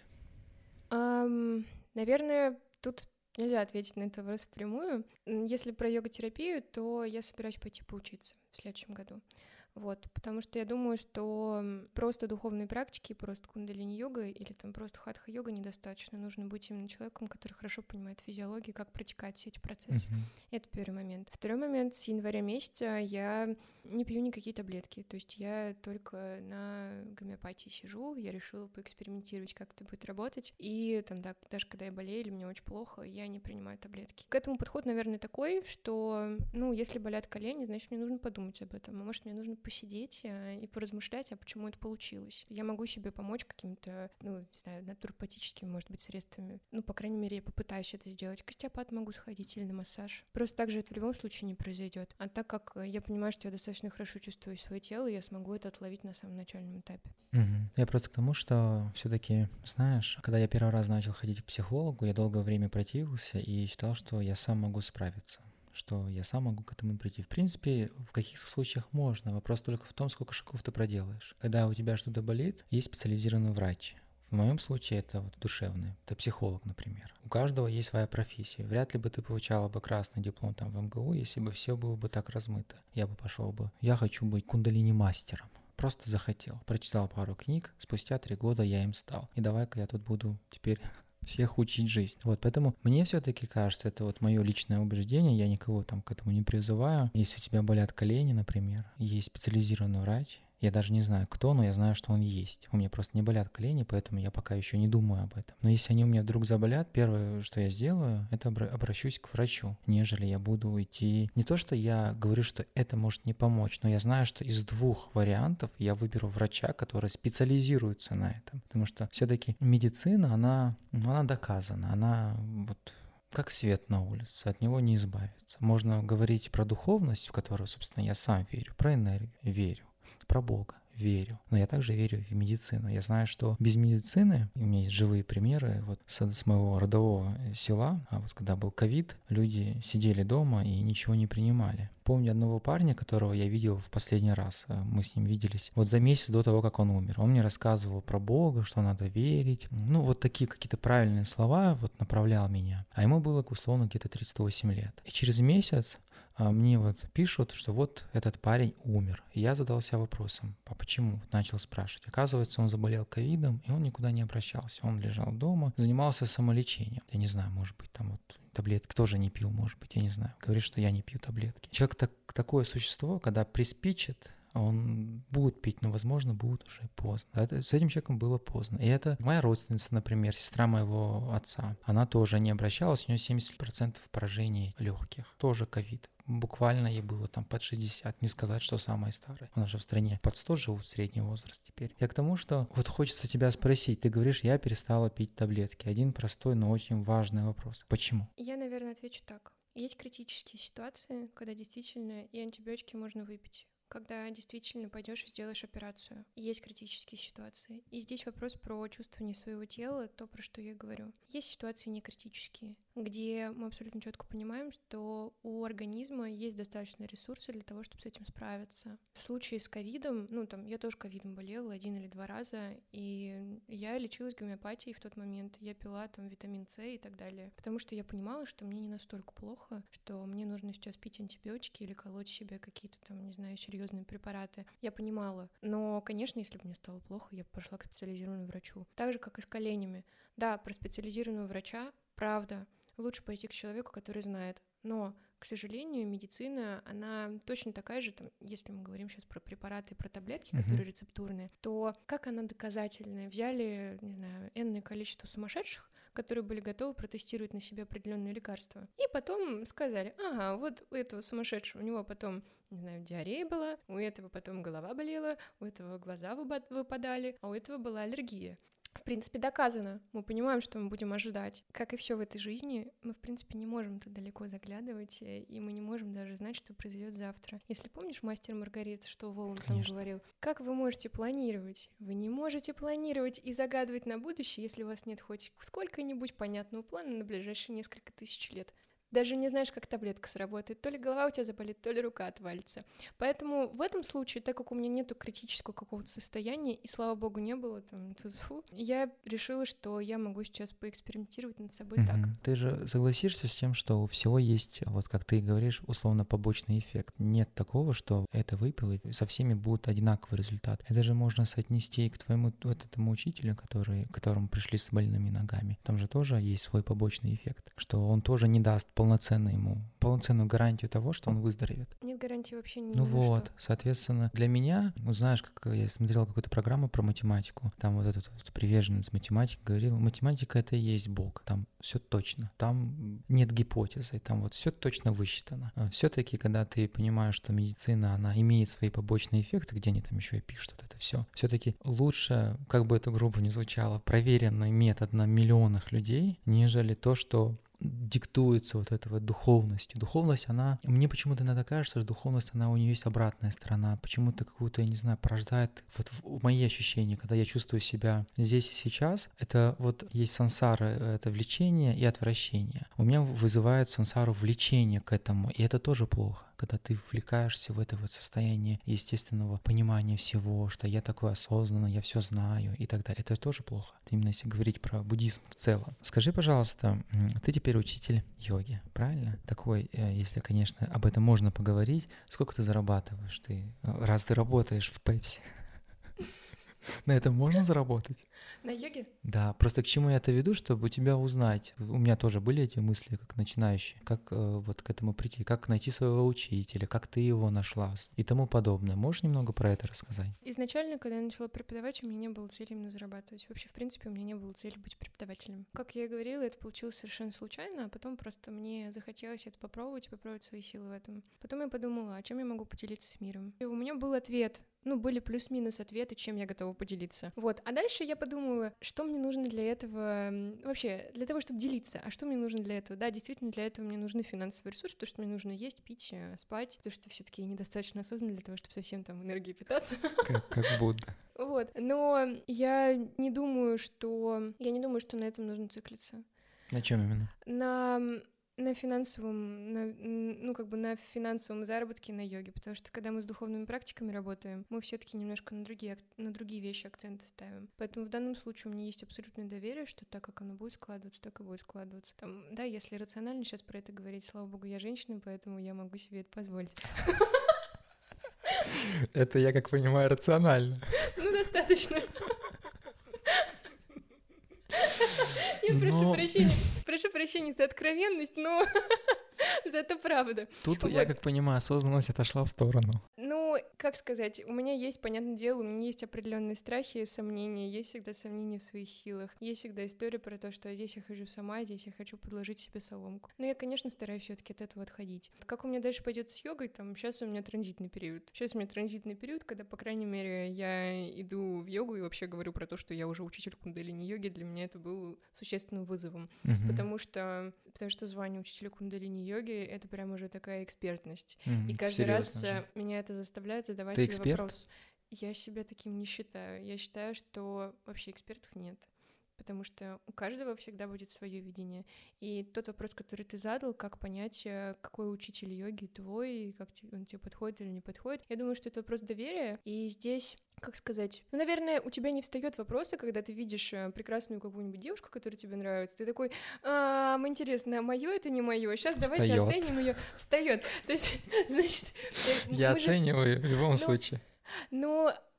Speaker 1: Um, наверное, тут нельзя ответить на этот вопрос впрямую. Если про йога-терапию, то я собираюсь пойти поучиться в следующем году. Вот, потому что я думаю, что просто духовной практики, просто кундалини-йога или там просто хатха-йога недостаточно. Нужно быть именно человеком, который хорошо понимает физиологию, как протекают все эти процессы. Uh-huh. Это первый момент. Второй момент. С января месяца я не пью никакие таблетки. То есть я только на гомеопатии сижу. Я решила поэкспериментировать, как это будет работать. И там, да, даже когда я болею или мне очень плохо, я не принимаю таблетки. К этому подход, наверное, такой, что, ну, если болят колени, значит, мне нужно подумать об этом. А может, мне нужно посидеть и поразмышлять, а почему это получилось. Я могу себе помочь какими-то, ну, не знаю, натуропатическими, может быть, средствами. Ну, по крайней мере, я попытаюсь это сделать. К остеопату могу сходить или на массаж. Просто так же это в любом случае не произойдет. А так как я понимаю, что я достаточно хорошо чувствую свое тело, я смогу это отловить на самом начальном этапе.
Speaker 5: Угу. Я просто к тому, что все-таки, знаешь, когда я первый раз начал ходить к психологу, я долгое время противился и считал, что я сам могу справиться, что я сам могу к этому прийти. В принципе, в каких-то случаях можно. Вопрос только в том, сколько шагов ты проделаешь. Когда у тебя что-то болит, есть специализированный врач. В моем случае это вот душевный, это психолог, например. У каждого есть своя профессия. Вряд ли бы ты получала бы красный диплом там в эм гэ у, если бы все было бы так размыто. Я бы пошел бы. Я хочу быть кундалини-мастером. Просто захотел. Прочитал пару книг, спустя три года я им стал. И давай-ка я тут буду теперь всех учить жизнь. Вот, поэтому мне все-таки кажется, это вот мое личное убеждение, я никого там к этому не призываю. Если у тебя болят колени, например, есть специализированный врач, я даже не знаю, кто, но я знаю, что он есть. У меня просто не болят колени, поэтому я пока еще не думаю об этом. Но если они у меня вдруг заболят, первое, что я сделаю, это обращусь к врачу, нежели я буду идти... Не то, что я говорю, что это может не помочь, но я знаю, что из двух вариантов я выберу врача, который специализируется на этом. Потому что все-таки медицина, она, она доказана, она вот... как свет на улице, от него не избавиться. Можно говорить про духовность, в которую, собственно, я сам верю, про энергию верю, про Бога верю, но я также верю в медицину. Я знаю, что без медицины, у меня есть живые примеры вот с, с моего родового села, а вот когда был ковид, люди сидели дома и ничего не принимали. Помню одного парня, которого я видел в последний раз, мы с ним виделись вот за месяц до того, как он умер. Он мне рассказывал про Бога, что надо верить, ну вот такие какие-то правильные слова вот направлял меня. А ему было, условно, где-то тридцать восемь лет. И через месяц а мне вот пишут, что вот этот парень умер. И я задался вопросом, а почему? Начал спрашивать. Оказывается, он заболел ковидом, и он никуда не обращался. Он лежал дома, занимался самолечением. Я не знаю, может быть, там вот таблетки тоже не пил, может быть, я не знаю. Говорит, что я не пью таблетки. Человек так, такое существо, когда приспичит, он будет пить, но, возможно, будет уже поздно. Это, с этим человеком было поздно. И это моя родственница, например, сестра моего отца. Она тоже не обращалась, у нее семьдесят процентов поражений легких. Тоже ковид. Буквально ей было там под шестьдесят, не сказать, что самая старая. У нас же в стране под сто живут средний возраст теперь. Я к тому, что вот хочется тебя спросить. Ты говоришь, я перестала пить таблетки. Один простой, но очень важный вопрос. Почему?
Speaker 1: Я, наверное, отвечу так. Есть критические ситуации, когда действительно и антибиотики можно выпить, когда действительно пойдешь и сделаешь операцию. Есть критические ситуации. И здесь вопрос про чувствование своего тела, то, про что я говорю. Есть ситуации не критические, где мы абсолютно четко понимаем, что у организма есть достаточно ресурсов для того, чтобы с этим справиться. В случае с ковидом, ну там, я тоже ковидом болела один или два раза, и я лечилась гомеопатией в тот момент. Я пила там витамин С и так далее, потому что я понимала, что мне не настолько плохо, что мне нужно сейчас пить антибиотики или колоть себе какие-то там, не знаю, серьезные препараты. Я понимала. Но, конечно, если бы мне стало плохо, я бы пошла к специализированному врачу. Так же, как и с коленями. Да, про специализированного врача, правда, лучше пойти к человеку, который знает. Но, к сожалению, медицина, она точно такая же, там, если мы говорим сейчас про препараты, про таблетки, uh-huh. которые рецептурные, то как она доказательная? Взяли, не знаю, энное количество сумасшедших, которые были готовы протестировать на себе определенные лекарства, и потом сказали, ага, вот у этого сумасшедшего, у него потом, не знаю, диарея была, у этого потом голова болела, у этого глаза выпадали, а у этого была аллергия. В принципе, доказано. Мы понимаем, что мы будем ожидать. Как и все в этой жизни, мы, в принципе, не можем так далеко заглядывать, и мы не можем даже знать, что произойдет завтра. Если помнишь «Мастер и Маргарита», что Воланд там говорил? Как вы можете планировать? Вы не можете планировать и загадывать на будущее, если у вас нет хоть сколько-нибудь понятного плана на ближайшие несколько тысяч лет. Даже не знаешь, как таблетка сработает. То ли голова у тебя заболит, то ли рука отвалится. Поэтому в этом случае, так как у меня нету критического какого-то состояния, и, слава богу, не было там, тьфу-тьфу, я решила, что я могу сейчас поэкспериментировать над собой
Speaker 5: угу.
Speaker 1: так.
Speaker 5: Ты же согласишься с тем, что у всего есть, вот как ты говоришь, условно побочный эффект. Нет такого, что это выпил, и со всеми будет одинаковый результат. Это же можно соотнести к твоему вот этому учителю, который, к которому пришли с больными ногами. Там же тоже есть свой побочный эффект, что он тоже не даст полноценно ему, полноценную гарантию того, что он выздоровеет.
Speaker 1: Нет гарантии вообще ни
Speaker 5: Ну
Speaker 1: на
Speaker 5: вот,
Speaker 1: что.
Speaker 5: Соответственно, для меня, ну знаешь, как я смотрел какую-то программу про математику, там вот этот вот приверженец математики говорил, математика — это и есть Бог, там все точно, там нет гипотезы, там вот все точно высчитано. Все-таки, когда ты понимаешь, что медицина, она имеет свои побочные эффекты, где они там еще и пишут вот это все, все-таки лучше, как бы это грубо ни звучало, проверенный метод на миллионах людей, нежели то, что диктуется вот этой вот духовностью. Духовность, она... Мне почему-то иногда кажется, что духовность, она у нее есть обратная сторона. Почему-то какую-то, я не знаю, порождает... Вот в мои ощущения, когда я чувствую себя здесь и сейчас, это вот есть сансара, это влечение и отвращение. У меня вызывает сансару влечение к этому, и это тоже плохо. Когда ты вовлекаешься в это вот состояние естественного понимания всего, что я такой осознанный, я все знаю и так далее. Это тоже плохо. Именно если говорить про буддизм в целом. Скажи, пожалуйста, ты теперь учитель йоги, правильно? Такой, если, конечно, об этом можно поговорить. Сколько ты зарабатываешь, ты, раз ты работаешь в Пепси? На этом можно заработать?
Speaker 1: На йоге?
Speaker 5: Да, просто к чему я это веду, чтобы у тебя узнать. У меня тоже были эти мысли, как начинающие, как э, вот к этому прийти, как найти своего учителя, как ты его нашла и тому подобное. Можешь немного про это рассказать?
Speaker 1: Изначально, когда я начала преподавать, у меня не было цели именно зарабатывать. Вообще, в принципе, у меня не было цели быть преподавателем. Как я и говорила, это получилось совершенно случайно, а потом просто мне захотелось это попробовать, попробовать свои силы в этом. Потом я подумала, о чем я могу поделиться с миром. И у меня был ответ. Ну, были плюс-минус ответы, чем я готова поделиться. Вот. А дальше я подумала, что мне нужно для этого... Вообще, для того, чтобы делиться. А что мне нужно для этого? Да, действительно, для этого мне нужны финансовые ресурсы, потому что мне нужно есть, пить, спать, потому что все-таки я недостаточно осознанна для того, чтобы совсем там энергией питаться.
Speaker 5: Как, как Будда.
Speaker 1: Вот. Но я не думаю, что... Я не думаю, что на этом нужно циклиться.
Speaker 5: На чем именно?
Speaker 1: На... На финансовом, на, ну, как бы на финансовом заработке на йоге, потому что когда мы с духовными практиками работаем, мы все-таки немножко на другие, на другие вещи акценты ставим. Поэтому в данном случае у меня есть абсолютное доверие, что так, как оно будет складываться, так и будет складываться. Там, да, если рационально сейчас про это говорить, слава богу, я женщина, поэтому я могу себе это позволить.
Speaker 5: Это, я как понимаю, рационально.
Speaker 1: Ну, достаточно. Я прошу прощения, прошу прощения за откровенность, но зато правда.
Speaker 5: Тут,
Speaker 1: вот.
Speaker 5: Я как понимаю, осознанность отошла в сторону.
Speaker 1: Ну, как сказать, у меня есть, понятное дело, у меня есть определенные страхи и сомнения, есть всегда сомнения в своих силах, есть всегда история про то, что здесь я хожу сама, здесь я хочу подложить себе соломку. Но я, конечно, стараюсь все-таки от этого отходить. Как у меня дальше пойдет с йогой, там, сейчас у меня транзитный период. Сейчас у меня транзитный период, когда, по крайней мере, я иду в йогу и вообще говорю про то, что я уже учитель кундалини-йоги, для меня это было существенным вызовом, uh-huh. потому что, потому что звание учителя кундалини-йоги — это прям уже такая экспертность. Uh-huh. И каждый Серьезно раз же. Меня это заставляет задавать
Speaker 5: Ты
Speaker 1: себе
Speaker 5: эксперт?
Speaker 1: Вопрос. Я себя таким не считаю. Я считаю, что вообще экспертов нет. Потому что у каждого всегда будет свое видение. И тот вопрос, который ты задал, как понять, какой учитель йоги твой, как он тебе подходит или не подходит, я думаю, что это вопрос доверия. И здесь, как сказать, ну, наверное, у тебя не встает вопроса, когда ты видишь прекрасную какую-нибудь девушку, которая тебе нравится, ты такой, а, интересно, мое это не мое, сейчас давайте
Speaker 5: Встаёт.
Speaker 1: оценим ее. Встает. То есть, значит...
Speaker 5: Я оцениваю же... в любом
Speaker 1: ну,
Speaker 5: случае.
Speaker 1: Ну,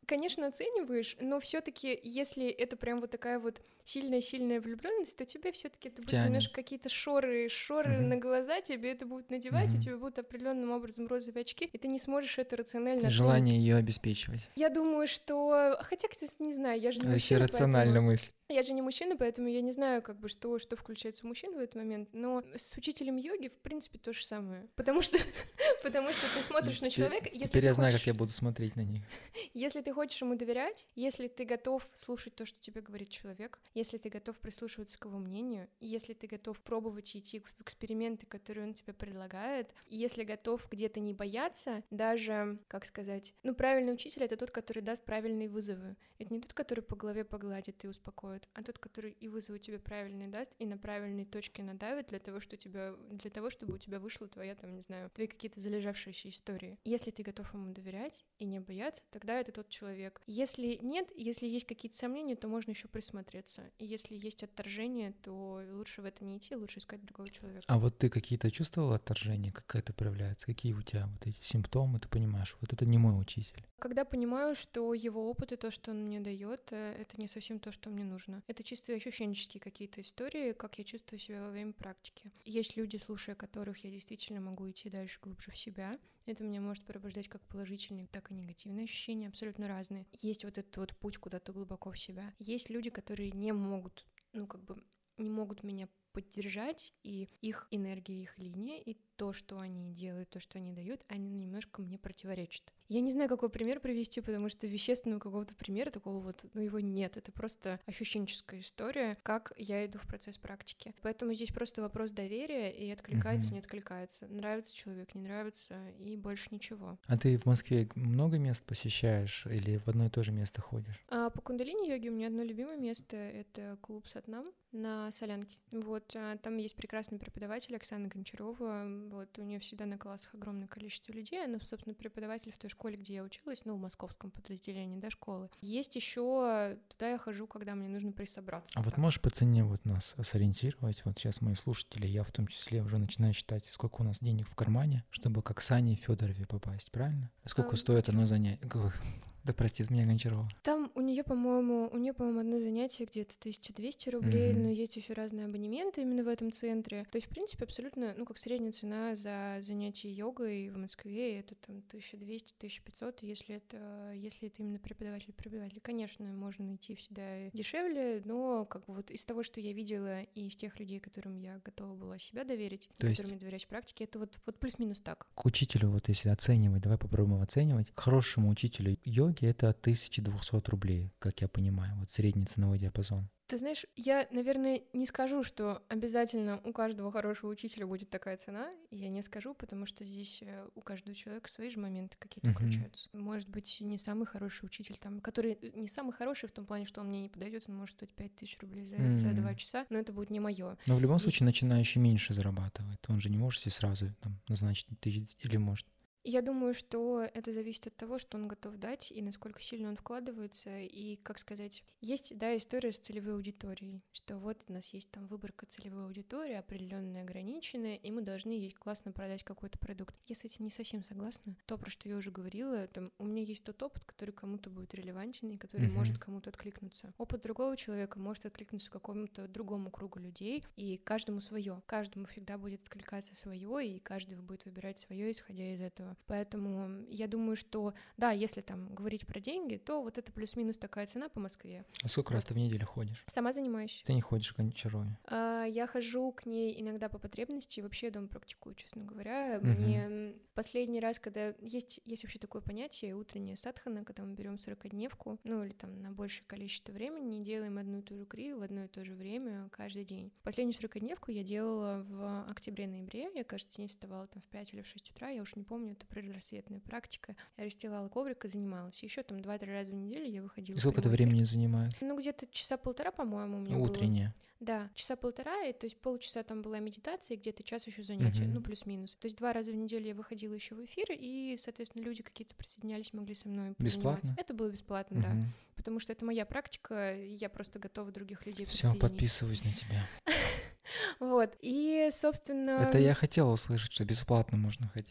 Speaker 1: конечно, оцениваешь, но все-таки, если это прям вот такая вот сильная-сильная влюбленность, то тебе все-таки это будет
Speaker 5: Тянет.
Speaker 1: немножко какие-то шоры, шоры
Speaker 5: Мгм.
Speaker 1: на глаза, тебе это будут надевать,
Speaker 5: Мгм.
Speaker 1: у тебя будут определенным образом розовые очки, и ты не сможешь это рационально
Speaker 5: Желание
Speaker 1: оценить.
Speaker 5: ее обеспечивать.
Speaker 1: Я думаю, что... Хотя, кстати, не знаю, я же не
Speaker 5: Если
Speaker 1: мужчина,
Speaker 5: рационально
Speaker 1: поэтому...
Speaker 5: мысль.
Speaker 1: Я же не мужчина, поэтому я не знаю, как бы, что, что включается у мужчин в этот момент, но с учителем йоги, в принципе, то же самое. Потому что, потому что ты смотришь на
Speaker 5: Теперь-
Speaker 1: человека, если
Speaker 5: Теперь
Speaker 1: ты
Speaker 5: я знаю,
Speaker 1: хочешь-
Speaker 5: как я буду смотреть на них.
Speaker 1: если ты хочешь ему доверять, если ты готов слушать то, что тебе говорит человек, если ты готов прислушиваться к его мнению, и если ты готов пробовать идти в эксперименты, которые он тебе предлагает, и если готов где-то не бояться, даже, как сказать, ну, правильный учитель — это тот, который даст правильные вызовы. Это не тот, который по голове погладит и успокоит, а тот, который и вызовы тебе правильные даст, и на правильные точки надавит для того, что тебя, для того, чтобы у тебя вышла твоя, там, не знаю, твои какие-то залежавшиеся истории. Если ты готов ему доверять и не бояться, тогда это тот человек. Если нет, если есть какие-то сомнения, то можно еще присмотреться. И если есть отторжение, то лучше в это не идти, лучше искать другого человека.
Speaker 5: А вот ты какие-то чувствовала отторжение, как это проявляется? Какие у тебя вот эти симптомы, ты понимаешь, вот это не мой учитель?
Speaker 1: Когда понимаю, что его опыт и то, что он мне дает, это не совсем то, что мне нужно. Это чисто ощущенческие какие-то истории, как я чувствую себя во время практики. Есть люди, слушая которых я действительно могу идти дальше, глубже в себя. Это меня может пробуждать как положительные, так и негативные ощущения, абсолютно разные. Есть вот этот вот путь куда-то глубоко в себя. Есть люди, которые не могут, ну как бы, не могут меня поддержать, и их энергия, их линия, и то, что они делают, то, что они дают, они немножко мне противоречат. Я не знаю, какой пример привести, потому что вещественного какого-то примера такого вот, ну, его нет. Это просто ощущенческая история, как я иду в процесс практики. Поэтому здесь просто вопрос доверия, и откликается,
Speaker 5: Мгм.
Speaker 1: не откликается. Нравится человек, не нравится, и больше ничего.
Speaker 5: А ты в Москве много мест посещаешь или в одно и то же место ходишь?
Speaker 1: А по кундалини-йоге у меня одно любимое место — это клуб Сатнам на Солянке. Вот, а, там есть прекрасный преподаватель Оксана Гончарова. Вот, у нее всегда на классах огромное количество людей. Она, собственно, преподаватель в той школе, где я училась, ну, в московском подразделении, да, школы. Есть еще, туда я хожу, когда мне нужно присобраться.
Speaker 5: А вот
Speaker 1: Так.
Speaker 5: можешь по цене вот нас сориентировать? Вот сейчас мои слушатели, я в том числе, уже начинаю считать, сколько у нас денег в кармане, чтобы как Сане Федорове попасть, правильно? Сколько
Speaker 1: А,
Speaker 5: стоит одно занятие? Да простит меня Гончарова.
Speaker 1: Там у нее, по-моему, у нее, по-моему, одно занятие где-то тысяча двести рублей,
Speaker 5: Мгм.
Speaker 1: но есть еще разные абонементы именно в этом центре. То есть, в принципе, абсолютно, ну, как средняя цена за занятие йогой в Москве, это там тысяча двести - тысяча пятьсот, если это, если это именно преподаватель преподаватель. Конечно, можно найти всегда дешевле, но как бы вот из того, что я видела, и из тех людей, которым я готова была себя доверить,
Speaker 5: То есть-
Speaker 1: которым я доверяюсь в практике, это вот, вот плюс-минус так.
Speaker 5: К учителю, вот если оценивать, давай попробуем оценивать. К хорошему учителю йоги это от тысячи двухсот рублей, как я понимаю, вот средний ценовой диапазон.
Speaker 1: Ты знаешь, я, наверное, не скажу, что обязательно у каждого хорошего учителя будет такая цена. Я не скажу, потому что здесь э, у каждого человека свои же моменты какие-то
Speaker 5: Мгм.
Speaker 1: включаются. Может быть, не самый хороший учитель, там, который э, не самый хороший в том плане, что он мне не подойдет, он может стоить пять тысяч рублей за, за
Speaker 5: М.
Speaker 1: два часа, но это будет не мое.
Speaker 5: Но в любом
Speaker 1: Здесь-
Speaker 5: случае начинающий меньше зарабатывает. Он же не может себе сразу там, назначить тысяч или может.
Speaker 1: Я думаю, что это зависит от того, что он готов дать и насколько сильно он вкладывается. И, как сказать, есть, да, история с целевой аудиторией, что вот у нас есть там выборка целевой аудитории, определенная, ограниченная, и мы должны ей классно продать какой-то продукт. Я с этим не совсем согласна. То, про что я уже говорила, там, у меня есть тот опыт, который кому-то будет релевантен и который
Speaker 5: Мгм.
Speaker 1: может кому-то откликнуться. Опыт другого человека может откликнуться какому-то другому кругу людей, и каждому свое. Каждому всегда будет откликаться свое, и каждый будет выбирать свое, исходя из этого. Поэтому я думаю, что, да, если там говорить про деньги, то вот это плюс-минус такая цена по Москве.
Speaker 5: А сколько раз ты в неделю ходишь?
Speaker 1: Сама занимаюсь.
Speaker 5: Ты не ходишь к Гончарове.
Speaker 1: А, Я хожу к ней иногда по потребности, вообще я дома практикую, честно говоря.
Speaker 5: Мгм.
Speaker 1: Мне м, последний раз, когда есть, есть вообще такое понятие утренняя садхана, когда мы берем сорокадневку, ну или там на большее количество времени, делаем одну и ту же крию в одно и то же время каждый день. Последнюю сорокадневку я делала в октябре-ноябре, я каждый день вставала там в пять или в шесть утра, я уж не помню, это предрассветная практика. Я расстилала коврик и занималась. Еще там два-три раза в неделю я выходила.
Speaker 5: И
Speaker 1: в
Speaker 5: сколько это
Speaker 1: прямой эфир.
Speaker 5: времени занимает?
Speaker 1: Ну, где-то часа полтора, по-моему, у меня было.
Speaker 5: Утреннее.
Speaker 1: Да, часа полтора, и, то есть полчаса там была медитация, и где-то час еще занятия,
Speaker 5: Мгм.
Speaker 1: ну, плюс-минус. То есть два раза в неделю я выходила еще в эфир, и, соответственно, люди какие-то присоединялись, могли со мной позаниматься.
Speaker 5: Бесплатно?
Speaker 1: Это было бесплатно, да.
Speaker 5: Мгм.
Speaker 1: Потому что это моя практика, и я просто готова других людей
Speaker 5: Все,
Speaker 1: присоединить.
Speaker 5: подписываюсь на тебя.
Speaker 1: Вот, и, собственно...
Speaker 5: Это я хотела услышать, что бесплатно можно ходить.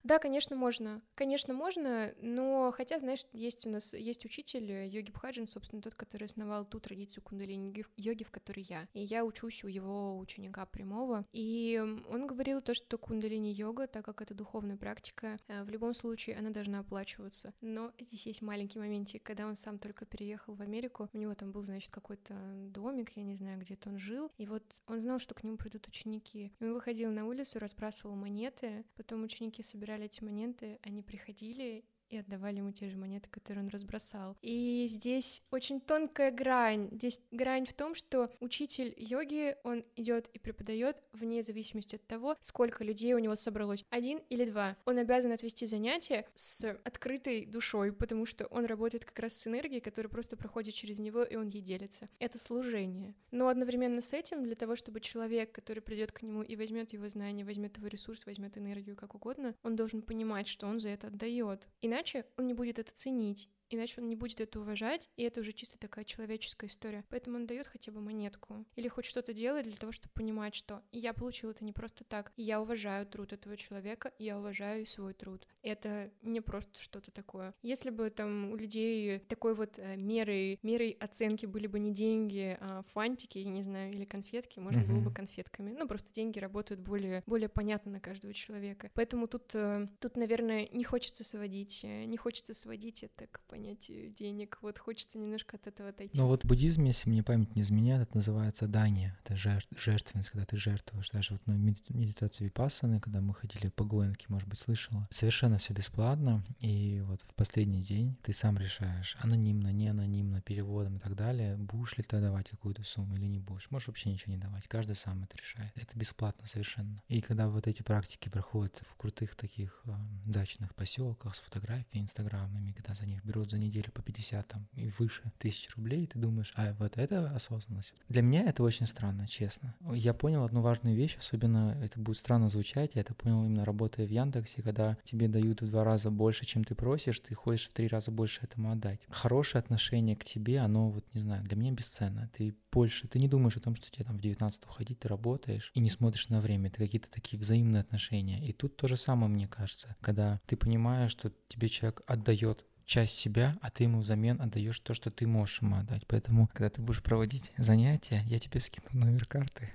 Speaker 1: Да, конечно, можно. Конечно, можно, но хотя, знаешь, есть у нас, есть учитель Йоги Бхаджан, собственно, тот, который основал ту традицию кундалини-йоги, в которой я. И я учусь у его ученика прямого. И он говорил то, что кундалини-йога, так как это духовная практика, в любом случае она должна оплачиваться. Но здесь есть маленький моментик, когда он сам только переехал в Америку, у него там был, значит, какой-то домик, я не знаю, где-то он жил, и вот он знал, что к нему придут ученики. И он выходил на улицу, разбрасывал монеты, потом ученики собирали эти монеты, они приходили и отдавали ему те же монеты, которые он разбросал. И здесь очень тонкая грань. Здесь грань в том, что учитель йоги, он идет и преподает вне зависимости от того, сколько людей у него собралось. Один или два. Он обязан отвести занятия с открытой душой, потому что он работает как раз с энергией, которая просто проходит через него, и он ей делится. Это служение. Но одновременно с этим, для того, чтобы человек, который придет к нему и возьмет его знания, возьмет его ресурс, возьмет энергию, как угодно, он должен понимать, что он за это отдает. Иначе он не будет это ценить, иначе он не будет это уважать, и это уже чисто такая человеческая история. Поэтому он дает хотя бы монетку или хоть что-то делает для того, чтобы понимать, что я получил это не просто так, я уважаю труд этого человека, я уважаю свой труд. Это не просто что-то такое. Если бы там у людей такой вот мерой, мерой оценки были бы не деньги, а фантики, я не знаю, или конфетки, можно uh-huh. было бы конфетками. Ну, просто деньги работают более, более понятно на каждого человека. Поэтому тут, тут, наверное, не хочется сводить, не хочется сводить это к понятию денег. Вот хочется немножко от этого отойти.
Speaker 5: Ну вот в буддизме, если мне память не изменяет, это называется дания, это жертв, жертвенность, когда ты жертвуешь. Даже вот на медитации випассаны, когда мы ходили по Гоэнке, может быть, слышала, совершенно все бесплатно, и вот в последний день ты сам решаешь, анонимно, не анонимно, переводом и так далее, будешь ли ты давать какую-то сумму или не будешь. Можешь вообще ничего не давать, каждый сам это решает. Это бесплатно совершенно. И когда вот эти практики проходят в крутых таких э, дачных поселках с фотографиями инстаграмными, когда за них берут за неделю по пятьдесят там, и выше тысяч рублей, ты думаешь, а вот это осознанность. Для меня это очень странно, честно. Я понял одну важную вещь, особенно это будет странно звучать, я это понял именно работая в Яндексе, когда тебе дают в два раза больше, чем ты просишь, ты хочешь в три раза больше этому отдать. Хорошее отношение к тебе, оно вот, не знаю, для меня бесценно. Ты больше, ты не думаешь о том, что тебе там в девятнадцать уходить, ты работаешь и не смотришь на время, это какие-то такие взаимные отношения. И тут то же самое, мне кажется, когда ты понимаешь, что тебе человек отдает часть себя, а ты ему взамен отдаешь то, что ты можешь ему отдать. Поэтому, когда ты будешь проводить занятия, я тебе скину номер карты,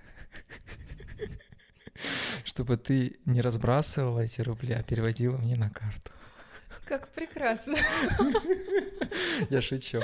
Speaker 5: чтобы ты не разбрасывала эти рубли, а переводила мне на карту.
Speaker 1: Как прекрасно.
Speaker 5: Я шучу.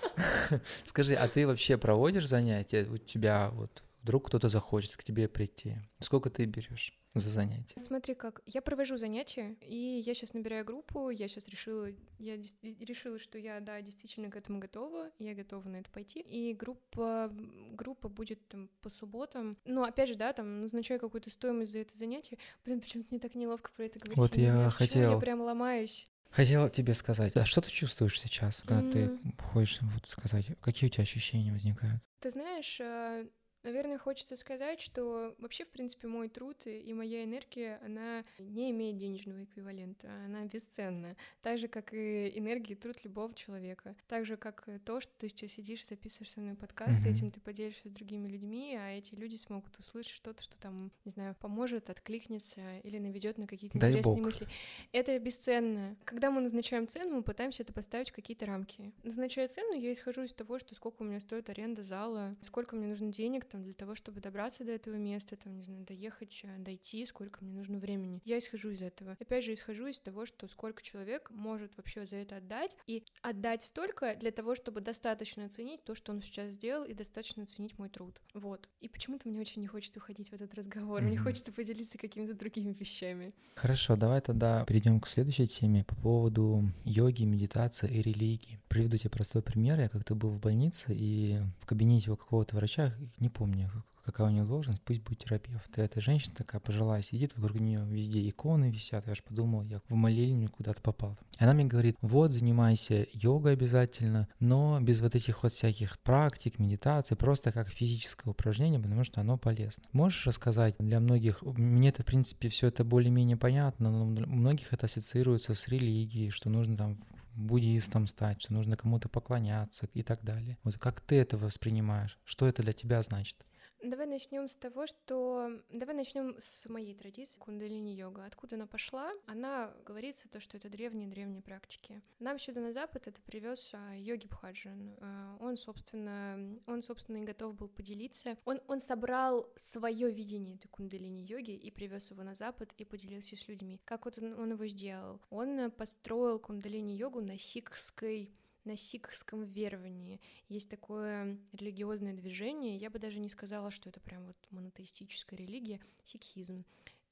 Speaker 5: Скажи, а ты вообще проводишь занятия? У тебя вот вдруг кто-то захочет к тебе прийти. Сколько ты берешь за занятия?
Speaker 1: Смотри как, я провожу занятия, и я сейчас набираю группу, я сейчас решила, я решила, что я, да, действительно к этому готова, я готова на это пойти, и группа, группа будет там по субботам, но опять же, да, там назначаю какую-то стоимость за это занятие, блин, почему-то мне так неловко про это говорить,
Speaker 5: вот я,
Speaker 1: я знаю,
Speaker 5: хотел...
Speaker 1: я прям ломаюсь.
Speaker 5: Хотела тебе сказать, а что ты чувствуешь сейчас, когда mm. ты хочешь вот сказать, какие у тебя ощущения возникают?
Speaker 1: Ты знаешь, наверное, хочется сказать, что вообще, в принципе, мой труд и моя энергия, она не имеет денежного эквивалента, она бесценна. Так же, как и энергия и труд любого человека. Так же, как то, что ты сейчас сидишь и записываешь со мной подкаст, mm-hmm. и этим ты поделишься с другими людьми, а эти люди смогут услышать что-то, что там, не знаю, поможет, откликнется или наведет на какие-то
Speaker 5: Дай
Speaker 1: интересные
Speaker 5: Бог.
Speaker 1: мысли. Это бесценно. Когда мы назначаем цену, мы пытаемся это поставить в какие-то рамки. Назначая цену, я исхожу из того, что сколько у меня стоит аренда зала, сколько мне нужно денег там, для того, чтобы добраться до этого места, там, не знаю, доехать, дойти, сколько мне нужно времени. Я исхожу из этого. Опять же, исхожу из того, что сколько человек может вообще за это отдать, и отдать столько для того, чтобы достаточно оценить то, что он сейчас сделал, и достаточно оценить мой труд. Вот. И почему-то мне очень не хочется уходить в этот разговор, mm-hmm. мне хочется поделиться какими-то другими вещами.
Speaker 5: Хорошо, давай тогда перейдем к следующей теме по поводу йоги, медитации и религии. Приведу тебе простой пример. Я как-то был в больнице, и в кабинете у какого-то врача, не помню, какая у нее должность, пусть будет терапевт. И эта женщина такая пожилая сидит, вокруг нее везде иконы висят. Я аж подумал, я в молельню куда-то попал. И она мне говорит, вот, занимайся йогой обязательно, но без вот этих вот всяких практик, медитаций, просто как физическое упражнение, потому что оно полезно. Можешь рассказать для многих, мне это, в принципе, все это более-менее понятно, но у многих это ассоциируется с религией, что нужно там буддистом стать, что нужно кому-то поклоняться и так далее. Вот как ты это воспринимаешь? Что это для тебя значит?
Speaker 1: Давай начнем с того, что... Давай начнем с моей традиции кундалини-йога. Откуда она пошла? Она говорится то, что это древние-древние практики. Нам сюда на Запад это привез Йоги Бхаджан. Он, собственно, он, собственно, и готов был поделиться. Он, он собрал свое видение этой кундалини-йоги и привез его на Запад и поделился с людьми. Как вот он, он его сделал? Он построил кундалини-йогу на сикхской на сикхском веровании. Есть такое религиозное движение, я бы даже не сказала, что это прям вот монотеистическая религия, сикхизм.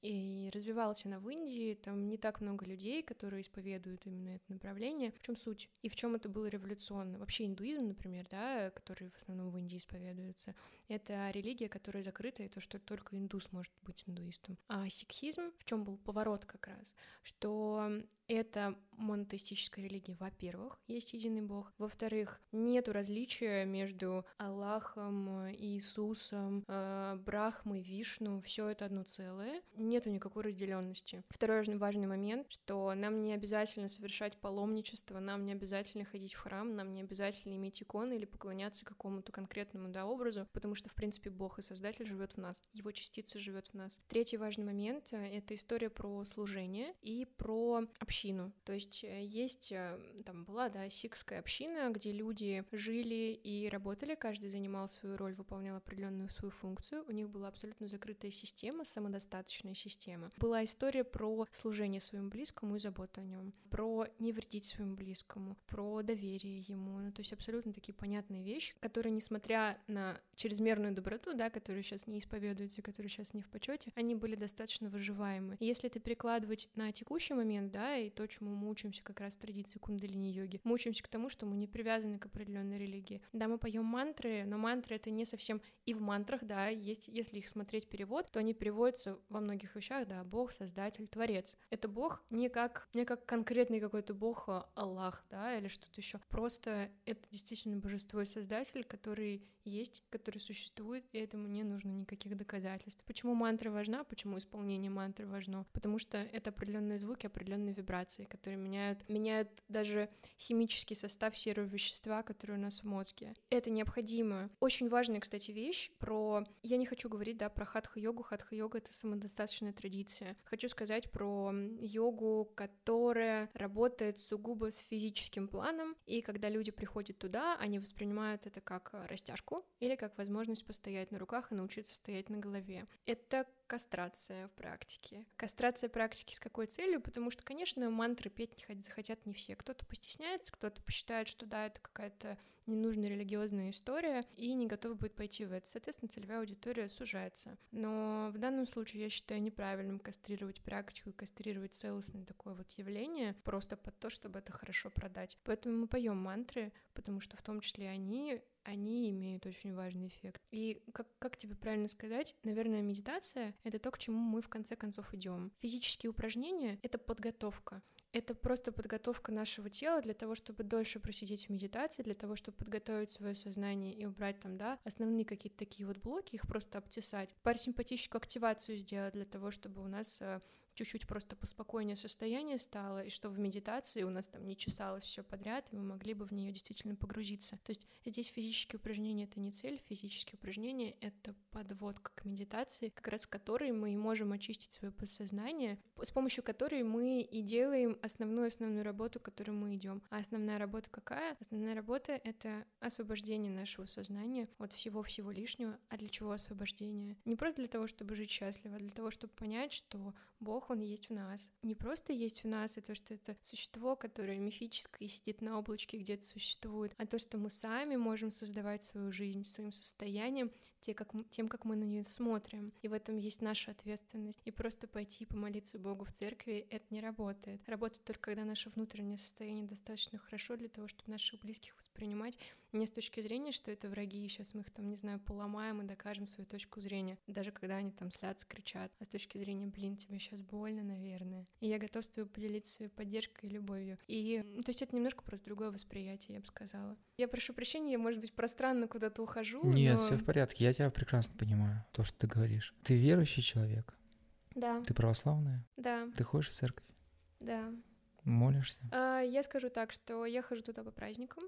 Speaker 1: И развивалась она в Индии, там не так много людей, которые исповедуют именно это направление. В чем суть? И в чем это было революционно? Вообще индуизм, например, да, который в основном в Индии исповедуется, это религия, которая закрыта, и то, что только индус может быть индуистом. А сикхизм, в чем был поворот как раз, что это монотеистическая религия, во-первых, есть единый Бог, во-вторых, нету различия между Аллахом, Иисусом, э, Брахмой, Вишну, все это одно целое, нету никакой разделенности. Второй важный момент, что нам не обязательно совершать паломничество, нам не обязательно ходить в храм, нам не обязательно иметь иконы или поклоняться какому-то конкретному, да, образу, потому что, в принципе, Бог и Создатель живет в нас, его частица живет в нас. Третий важный момент — это история про служение и про общину. То есть есть, там была, да, сикхская община, где люди жили и работали, каждый занимал свою роль, выполнял определенную свою функцию, у них была абсолютно закрытая система, самодостаточная система. Была история про служение своему близкому и заботу о нем, про не вредить своему близкому, про доверие ему, ну, то есть абсолютно такие понятные вещи, которые, несмотря на чрезмерную доброту, да, которую сейчас не исповедуется, которая сейчас не в почете, они были достаточно выживаемы. И если это перекладывать на текущий момент, да, и то, чему мы учимся как раз в традиции кундалини-йоги, мы учимся к тому, что мы не привязаны к определенной религии. Да, мы поем мантры, но мантры — это не совсем и в мантрах, да, есть, если их смотреть перевод, то они переводятся во многих вещах, да, Бог, Создатель, Творец. Это Бог не как, не как конкретный какой-то Бог, Аллах, да, или что-то еще. Просто это действительно божество и Создатель, который есть, который существует, и этому не нужно никаких доказательств. Почему мантра важна? Почему исполнение мантры важно? Потому что это определенные звуки, определенные вибрации, которые меняют, меняют даже химический состав серого вещества, которое у нас в мозге. Это необходимо. Очень важная, кстати, вещь про... Я не хочу говорить, да, про хатха-йогу. Хатха-йога — это самодостаточная традиция. Хочу сказать про йогу, которая работает сугубо с физическим планом, и когда люди приходят туда, они воспринимают это как растяжку или как возможность постоять на руках и научиться стоять на голове. Это кастрация в практике. Кастрация практики с какой целью? Потому что, конечно, мантры петь захотят не все. Кто-то постесняется, кто-то посчитает, что да, это какая-то ненужная религиозная история и не готов будет пойти в это. Соответственно, целевая аудитория сужается. Но в данном случае я считаю неправильным кастрировать практику и кастрировать целостное такое вот явление просто под то, чтобы это хорошо продать. Поэтому мы поем мантры, потому что в том числе они они имеют очень важный эффект. И как, как тебе правильно сказать, наверное, медитация — это то, к чему мы в конце концов идем. Физические упражнения — это подготовка. Это просто подготовка нашего тела для того, чтобы дольше просидеть в медитации, для того, чтобы подготовить свое сознание и убрать там, да, основные какие-то такие вот блоки, их просто обтесать. Парасимпатическую активацию сделать для того, чтобы у нас чуть-чуть просто поспокойнее состояние стало, и что в медитации у нас там не чесалось все подряд, и мы могли бы в нее действительно погрузиться. То есть здесь физические упражнения — это не цель, физические упражнения — это подводка к медитации, как раз в которой мы и можем очистить свое подсознание, с помощью которой мы и делаем основную-основную работу, к которой мы идем. А основная работа какая? Основная работа — это освобождение нашего сознания от всего-всего лишнего. А для чего освобождение? Не просто для того, чтобы жить счастливо, а для того, чтобы понять, что Бог, Он есть в нас. Не просто есть в нас, и то, что это существо, которое мифическое и сидит на облачке, где-то существует, а то, что мы сами можем создавать свою жизнь своим состоянием, те, как, тем, как мы на нее смотрим. И в этом есть наша ответственность. И просто пойти и помолиться Богу в церкви — это не работает. Работает только, когда наше внутреннее состояние достаточно хорошо для того, чтобы наших близких воспринимать не с точки зрения, что это враги, и сейчас мы их там, не знаю, поломаем и докажем свою точку зрения, даже когда они там слятся, кричат, а с точки зрения, блин, тебе сейчас больно, наверное. И я готов с тобой поделиться своей поддержкой и любовью. И, то есть это немножко просто другое восприятие, я бы сказала. Я прошу прощения, я, может быть, пространно куда-то ухожу.
Speaker 5: Нет,
Speaker 1: но...
Speaker 5: все в порядке, я тебя прекрасно понимаю, то, что ты говоришь. Ты верующий человек?
Speaker 1: Да.
Speaker 5: Ты православная?
Speaker 1: Да.
Speaker 5: Ты ходишь в церковь?
Speaker 1: Да.
Speaker 5: Молишься?
Speaker 1: А, я скажу так, что я хожу туда по праздникам.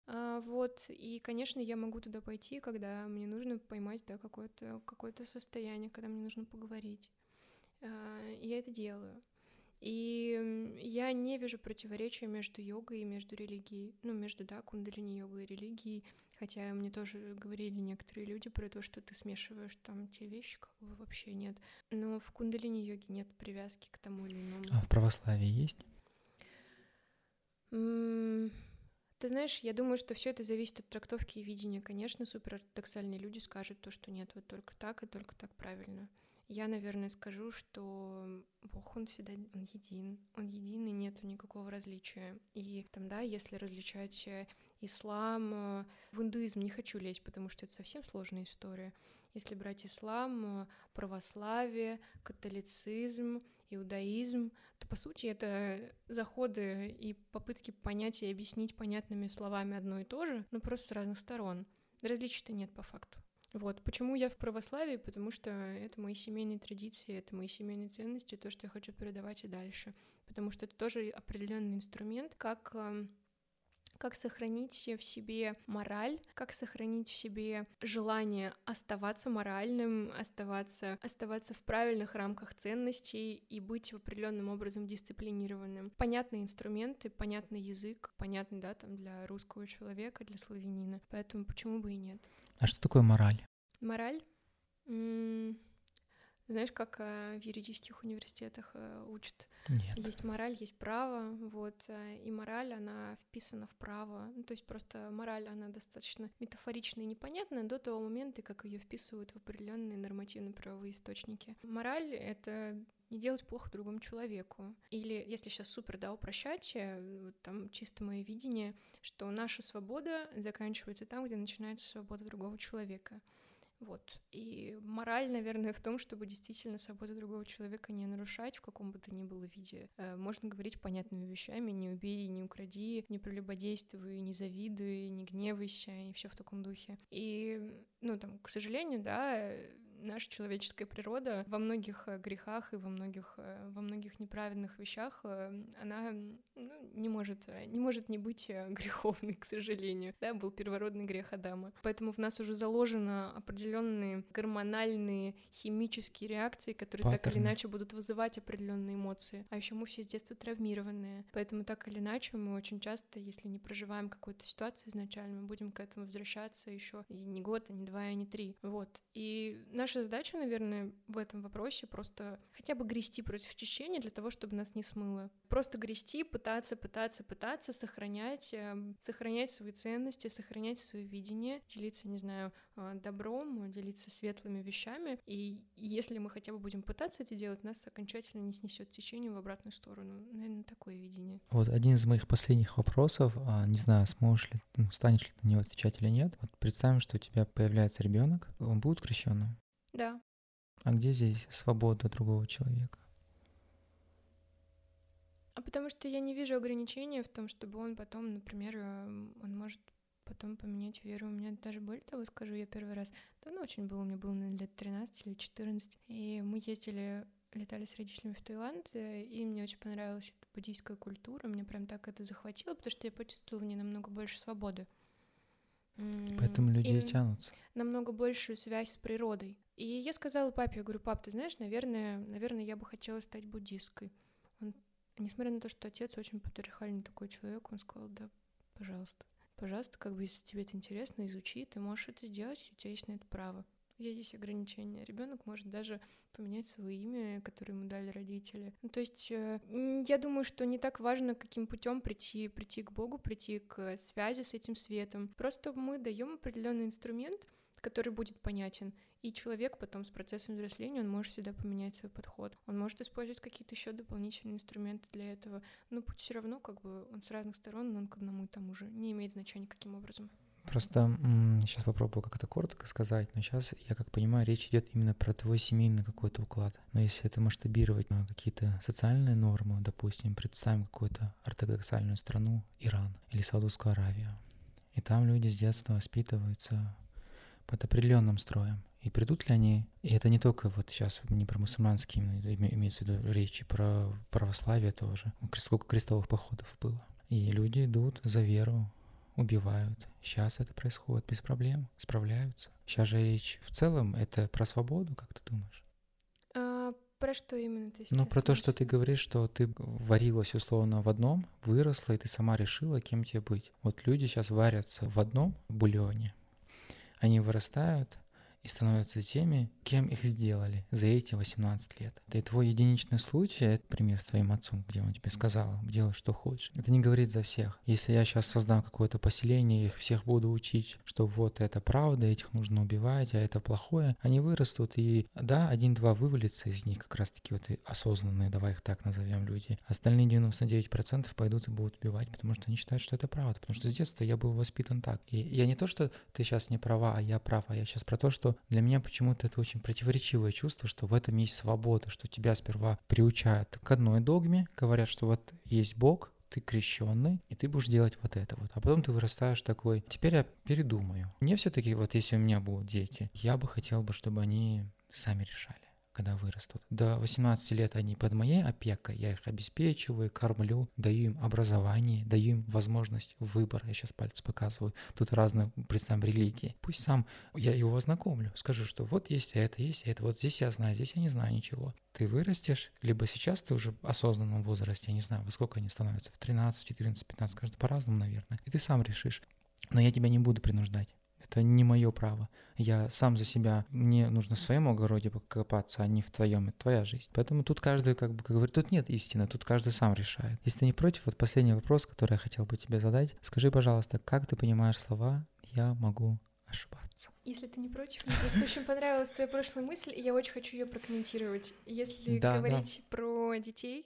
Speaker 1: А, вот, и, конечно, я могу туда пойти, когда мне нужно поймать, да, какое-то, какое-то состояние, когда мне нужно поговорить. А, и я это делаю. И я не вижу противоречия между йогой и между религией, ну, между, да, кундалини-йогой и религией, хотя мне тоже говорили некоторые люди про то, что ты смешиваешь там те вещи, как бы вообще нет. Но в кундалини-йоге нет привязки к тому или иному.
Speaker 5: А в православии есть?
Speaker 1: М, Ты знаешь, я думаю, что все это зависит от трактовки и видения. Конечно, суперортодоксальные люди скажут то, что нет, вот только так и только так правильно. Я, наверное, скажу, что Бог, он всегда, он един, он един, и нету никакого различия. И там, да, если различать э, ислам, э, в индуизм не хочу лезть, потому что это совсем сложная история. Если брать ислам, э, православие, католицизм, иудаизм, то, по сути, это заходы и попытки понять и объяснить понятными словами одно и то же, но просто с разных сторон. Различий-то нет по факту. Вот. Почему я в православии? Потому что это мои семейные традиции, это мои семейные ценности, то, что я хочу передавать и дальше. Потому что это тоже определенный инструмент, как, эм, как сохранить в себе мораль, как сохранить в себе желание оставаться моральным, оставаться, оставаться в правильных рамках ценностей и быть определенным образом дисциплинированным. Понятные инструменты, понятный язык, понятный, да, там для русского человека, для славянина. Поэтому почему бы и нет?
Speaker 5: А что такое мораль?
Speaker 1: Мораль? М, Знаешь, как э, в юридических университетах э, учат?
Speaker 5: Нет.
Speaker 1: Есть мораль, есть право, вот, э, и мораль, она вписана в право. Ну, то есть просто мораль, она достаточно метафоричная и непонятная до того момента, как ее вписывают в определенные нормативно-правовые источники. Мораль — это не делать плохо другому человеку. Или, если сейчас супер, да, упрощать, э, вот там чисто мое видение, что наша свобода заканчивается там, где начинается свобода другого человека. Вот. И мораль, наверное, в том, чтобы действительно свободу другого человека не нарушать в каком бы то ни было виде. Э, Можно говорить понятными вещами: не убей, не укради, не прелюбодействуй, не завидуй, не гневайся, и все в таком духе. И, ну, там, к сожалению, да, наша человеческая природа во многих э, грехах и во многих, э, во многих неправедных вещах, э, она, ну, не может, э, не может не быть э, греховной, к сожалению. Да, был первородный грех Адама. Поэтому в нас уже заложено определенные гормональные, химические реакции, которые так или
Speaker 5: Паттерны.
Speaker 1: иначе будут вызывать определенные эмоции. А еще мы все с детства травмированные. Поэтому так или иначе мы очень часто, если не проживаем какую-то ситуацию изначально, мы будем к этому возвращаться еще и не год, и не два, и не три. Вот. И наша задача, наверное, в этом вопросе просто хотя бы грести против течения для того, чтобы нас не смыло. Просто грести, пытаться, пытаться, пытаться сохранять, э, сохранять свои ценности, сохранять свое видение, делиться, не знаю, э, добром, делиться светлыми вещами. И если мы хотя бы будем пытаться это делать, нас окончательно не снесет течение в обратную сторону. Наверное, такое видение.
Speaker 5: Вот один из моих последних вопросов, а, не знаю, сможешь ли, ну, станешь ли ты на него отвечать или нет. Вот представим, что у тебя появляется ребенок, он будет крещенным?
Speaker 1: Да.
Speaker 5: А где здесь свобода другого человека?
Speaker 1: А потому что я не вижу ограничения в том, чтобы он потом, например, э, он может потом поменять веру. У меня даже более того, скажу, я первый раз, давно очень было, мне было, наверное, лет тринадцать или четырнадцать, и мы ездили, летали с родителями в Таиланд, э, и мне очень понравилась эта буддийская культура, мне прям так это захватило, потому что я почувствовала в ней намного больше свободы. М,
Speaker 5: Поэтому люди и
Speaker 1: и
Speaker 5: тянутся.
Speaker 1: намного большую связь с природой. И я сказала папе, я говорю: пап, ты знаешь, наверное, наверное, я бы хотела стать буддисткой. Он, несмотря на то, что отец очень патриархальный такой человек, он сказал: да, пожалуйста. Пожалуйста, как бы, если тебе это интересно, изучи, ты можешь это сделать, у тебя есть на это право. Где здесь ограничения? Ребенок может даже поменять свое имя, которое ему дали родители. Ну, то есть э, м, я думаю, что не так важно, каким путем прийти, прийти к Богу, прийти к связи с этим светом. Просто мы даем определенный инструмент, который будет понятен, и человек потом с процессом взросления, он может всегда поменять свой подход. Он может использовать какие-то еще дополнительные инструменты для этого, но путь все равно, как бы, он с разных сторон, но он к одному и тому же. Не имеет значения, каким образом.
Speaker 5: Просто м, сейчас попробую как-то коротко сказать, но сейчас, я как понимаю, речь идет именно про твой семейный какой-то уклад. Но если это масштабировать на какие-то социальные нормы, допустим, представим какую-то ортодоксальную страну, Иран или Саудовскую Аравию, и там люди с детства воспитываются под определенным строем. И придут ли они, и это не только вот сейчас не про мусульманские, имеется в виду речь, и про православие тоже, сколько крестовых походов было. И люди идут за веру, убивают. Сейчас это происходит без проблем, справляются. Сейчас же речь в целом это про свободу, как ты думаешь?
Speaker 1: А, про что именно ты сейчас?
Speaker 5: Ну, про то, что ты говоришь, что ты варилась условно в одном, выросла, и ты сама решила, кем тебе быть. Вот люди сейчас варятся в одном бульоне, они вырастают и становятся теми, кем их сделали за эти восемнадцать лет. И твой единичный случай, это пример с твоим отцом, где он тебе сказал, делай, что хочешь. Это не говорит за всех. Если я сейчас создам какое-то поселение, их всех буду учить, что вот это правда, этих нужно убивать, а это плохое, они вырастут, и да, один-два вывалится из них как раз-таки вот и осознанные, давай их так назовем, люди. Остальные девяносто девять процентов пойдут и будут убивать, потому что они считают, что это правда. Потому что с детства я был воспитан так. И я не то, что ты сейчас не права, а я прав, а я сейчас про то, что для меня почему-то это очень противоречивое чувство, что в этом есть свобода, что тебя сперва приучают к одной догме, говорят, что вот есть Бог, ты крещенный, и ты будешь делать вот это вот. А потом ты вырастаешь такой, теперь я передумаю. Мне все-таки, вот если у меня будут дети, я бы хотел бы, чтобы они сами решали, когда вырастут. До восемнадцати лет они под моей опекой, я их обеспечиваю, кормлю, даю им образование, даю им возможность выбора. Я сейчас пальцы показываю. Тут разные, представим, религии. Пусть сам я его ознакомлю, скажу, что вот есть это, есть это, вот здесь я знаю, здесь я не знаю ничего. Ты вырастешь, либо сейчас ты уже в осознанном возрасте, я не знаю, во сколько они становятся, в тринадцать, четырнадцать, пятнадцать, каждый по-разному, наверное. И ты сам решишь. Но я тебя не буду принуждать. Это не мое право. Я сам за себя, мне нужно в своем огороде покопаться, а не в твоем, это твоя жизнь. Поэтому тут каждый, как бы, как говорит, тут нет истины, тут каждый сам решает. Если ты не против, вот последний вопрос, который я хотел бы тебе задать. Скажи, пожалуйста, как ты понимаешь слова «я могу ошибаться»?
Speaker 1: Если ты не против, мне просто очень понравилась твоя прошлая мысль, и я очень хочу ее прокомментировать. Если
Speaker 5: Да,
Speaker 1: говорить про детей,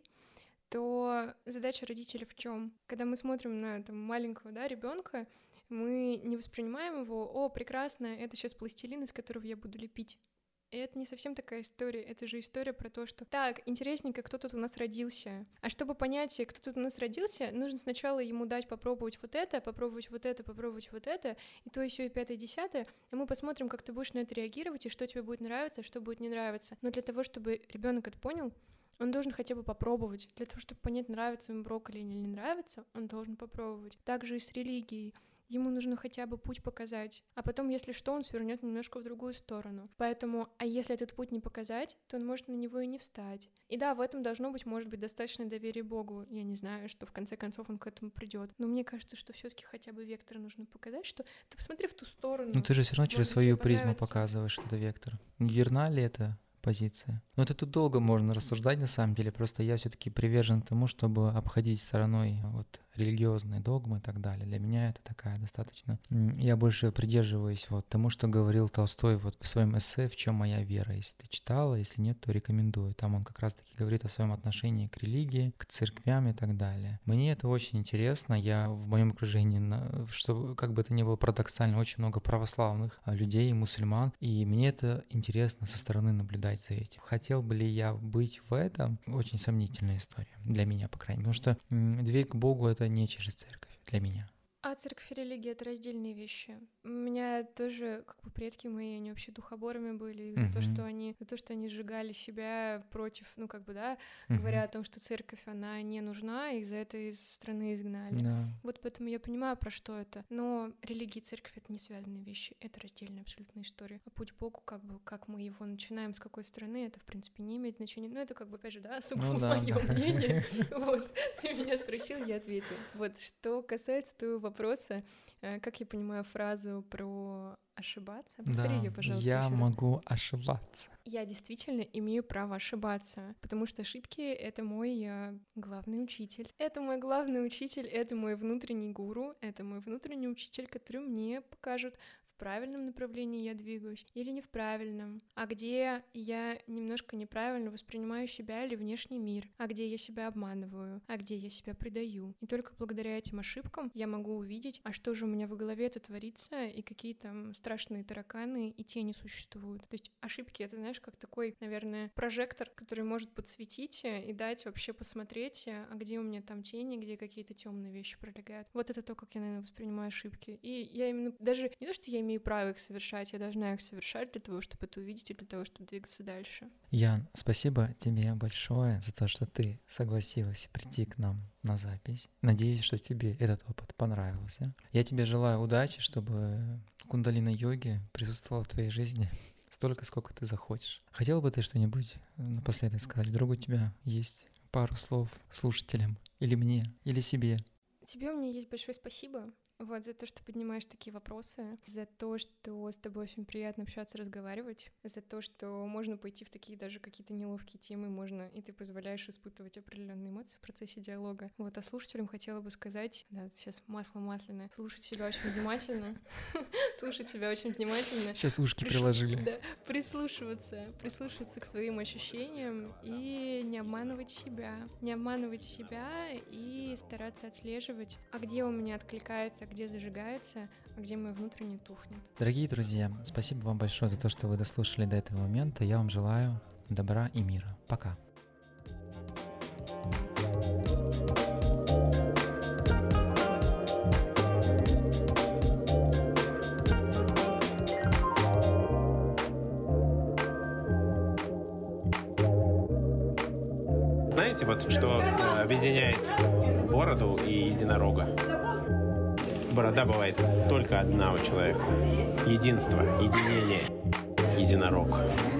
Speaker 1: то задача родителей в чем? Когда мы смотрим на там, маленького, да, ребенка, мы не воспринимаем его, о, прекрасно, это сейчас пластилин, из которого я буду лепить. И это не совсем такая история, это же история про то, что так, интересненько, кто тут у нас родился. А чтобы понять, кто тут у нас родился, нужно сначала ему дать попробовать вот это, попробовать вот это, попробовать вот это, и то, и сё, и пятое, и десятое, и мы посмотрим, как ты будешь на это реагировать, и что тебе будет нравиться, а что будет не нравиться. Но для того, чтобы ребенок это понял, он должен хотя бы попробовать. Для того, чтобы понять, нравится ему брокколи или не нравится, он должен попробовать. Также и с религией. Ему нужно хотя бы путь показать, а потом, если что, он свернет немножко в другую сторону. Поэтому, а если этот путь не показать, то он может на него и не встать. И да, в этом должно быть, может быть, достаточное доверие Богу. Я не знаю, что в конце концов он к этому придет. Но мне кажется, что все-таки хотя бы вектор нужно показать, что ты посмотри в ту сторону.
Speaker 5: Ну ты же все равно через свою призму
Speaker 1: понравится.
Speaker 5: показываешь этот вектор. Верна ли это позиция? Но это тут долго можно рассуждать на самом деле, просто я все-таки привержен тому, чтобы обходить стороной вот религиозные догмы и так далее. Для меня это такая достаточно... Я больше придерживаюсь вот тому, что говорил Толстой вот в своем эссе «В чем моя вера?». Если ты читала, если нет, то рекомендую. Там он как раз-таки говорит о своем отношении к религии, к церквям и так далее. Мне это очень интересно. Я в моем окружении, что как бы это ни было парадоксально, очень много православных людей, мусульман, и мне это интересно со стороны наблюдать за этим. Хотел бы ли я быть в этом? Очень сомнительная история. Для меня, по крайней мере. Потому что м, дверь к Богу — это не через церковь для меня.
Speaker 1: А церковь и религия — это раздельные вещи. У меня тоже, как бы, предки мои, они вообще духоборами были, и за
Speaker 5: Мгм.
Speaker 1: то, что они, за то, что они сжигали себя против, ну, как бы, да,
Speaker 5: Мгм.
Speaker 1: говоря о том, что церковь, она не нужна, их за это из страны изгнали.
Speaker 5: Да.
Speaker 1: Вот поэтому я понимаю, про что это. Но религия и церковь — это не связанные вещи, это раздельная абсолютная история. А путь к Богу, как бы, как мы его начинаем, с какой стороны, это, в принципе, не имеет значения. Но это, как бы, опять же, да, сугубо
Speaker 5: Ну да,
Speaker 1: моё
Speaker 5: да.
Speaker 1: мнение. Вот, ты меня спросил, я ответил. Вот, что касается твоего вопроса, э, как я понимаю фразу про ошибаться? Повтори
Speaker 5: Да,
Speaker 1: ее, пожалуйста,
Speaker 5: я
Speaker 1: ещё раз.
Speaker 5: могу ошибаться.
Speaker 1: Я действительно имею право ошибаться, потому что ошибки — это мой э, главный учитель. Это мой главный учитель, это мой внутренний гуру, это мой внутренний учитель, который мне покажет, в правильном направлении я двигаюсь или не в правильном, а где я немножко неправильно воспринимаю себя или внешний мир, а где я себя обманываю, а где я себя предаю. И только благодаря этим ошибкам я могу увидеть, а что же у меня в голове это творится, и какие там страшные тараканы и тени существуют. То есть ошибки — это, знаешь, как такой, наверное, прожектор, который может подсветить и дать вообще посмотреть, а где у меня там тени, где какие-то темные вещи пролегают. Вот это то, как я, наверное, воспринимаю ошибки. И я именно даже не то, что я имею имею право их совершать, я должна их совершать для того, чтобы это увидеть и для того, чтобы двигаться дальше.
Speaker 5: Ян, спасибо тебе большое за то, что ты согласилась прийти к нам на запись. Надеюсь, что тебе этот опыт понравился. Я тебе желаю удачи, чтобы кундалини-йоги присутствовала в твоей жизни столько, сколько ты захочешь. Хотел бы ты что-нибудь напоследок сказать? Вдруг у тебя есть пару слов слушателям или мне, или себе?
Speaker 1: Тебе у меня есть большое спасибо. Вот, за то, что поднимаешь такие вопросы, за то, что с тобой очень приятно общаться, разговаривать, за то, что можно пойти в такие даже какие-то неловкие темы, можно, и ты позволяешь испытывать определенные эмоции в процессе диалога. Вот, а слушателям хотела бы сказать, да, сейчас масло масляное, слушать себя очень внимательно, слушать себя очень внимательно.
Speaker 5: Сейчас ушки приложили.
Speaker 1: Да, прислушиваться, прислушиваться к своим ощущениям и не обманывать себя, не обманывать себя и стараться отслеживать, а где у меня откликается, где зажигается, а где мое внутреннее тухнет.
Speaker 5: Дорогие друзья, спасибо вам большое за то, что вы дослушали до этого момента. Я вам желаю добра и мира. Пока.
Speaker 4: Знаете, вот что э, объединяет бороду и единорога? Борода бывает только одна у человека. Единство, единение, единорог.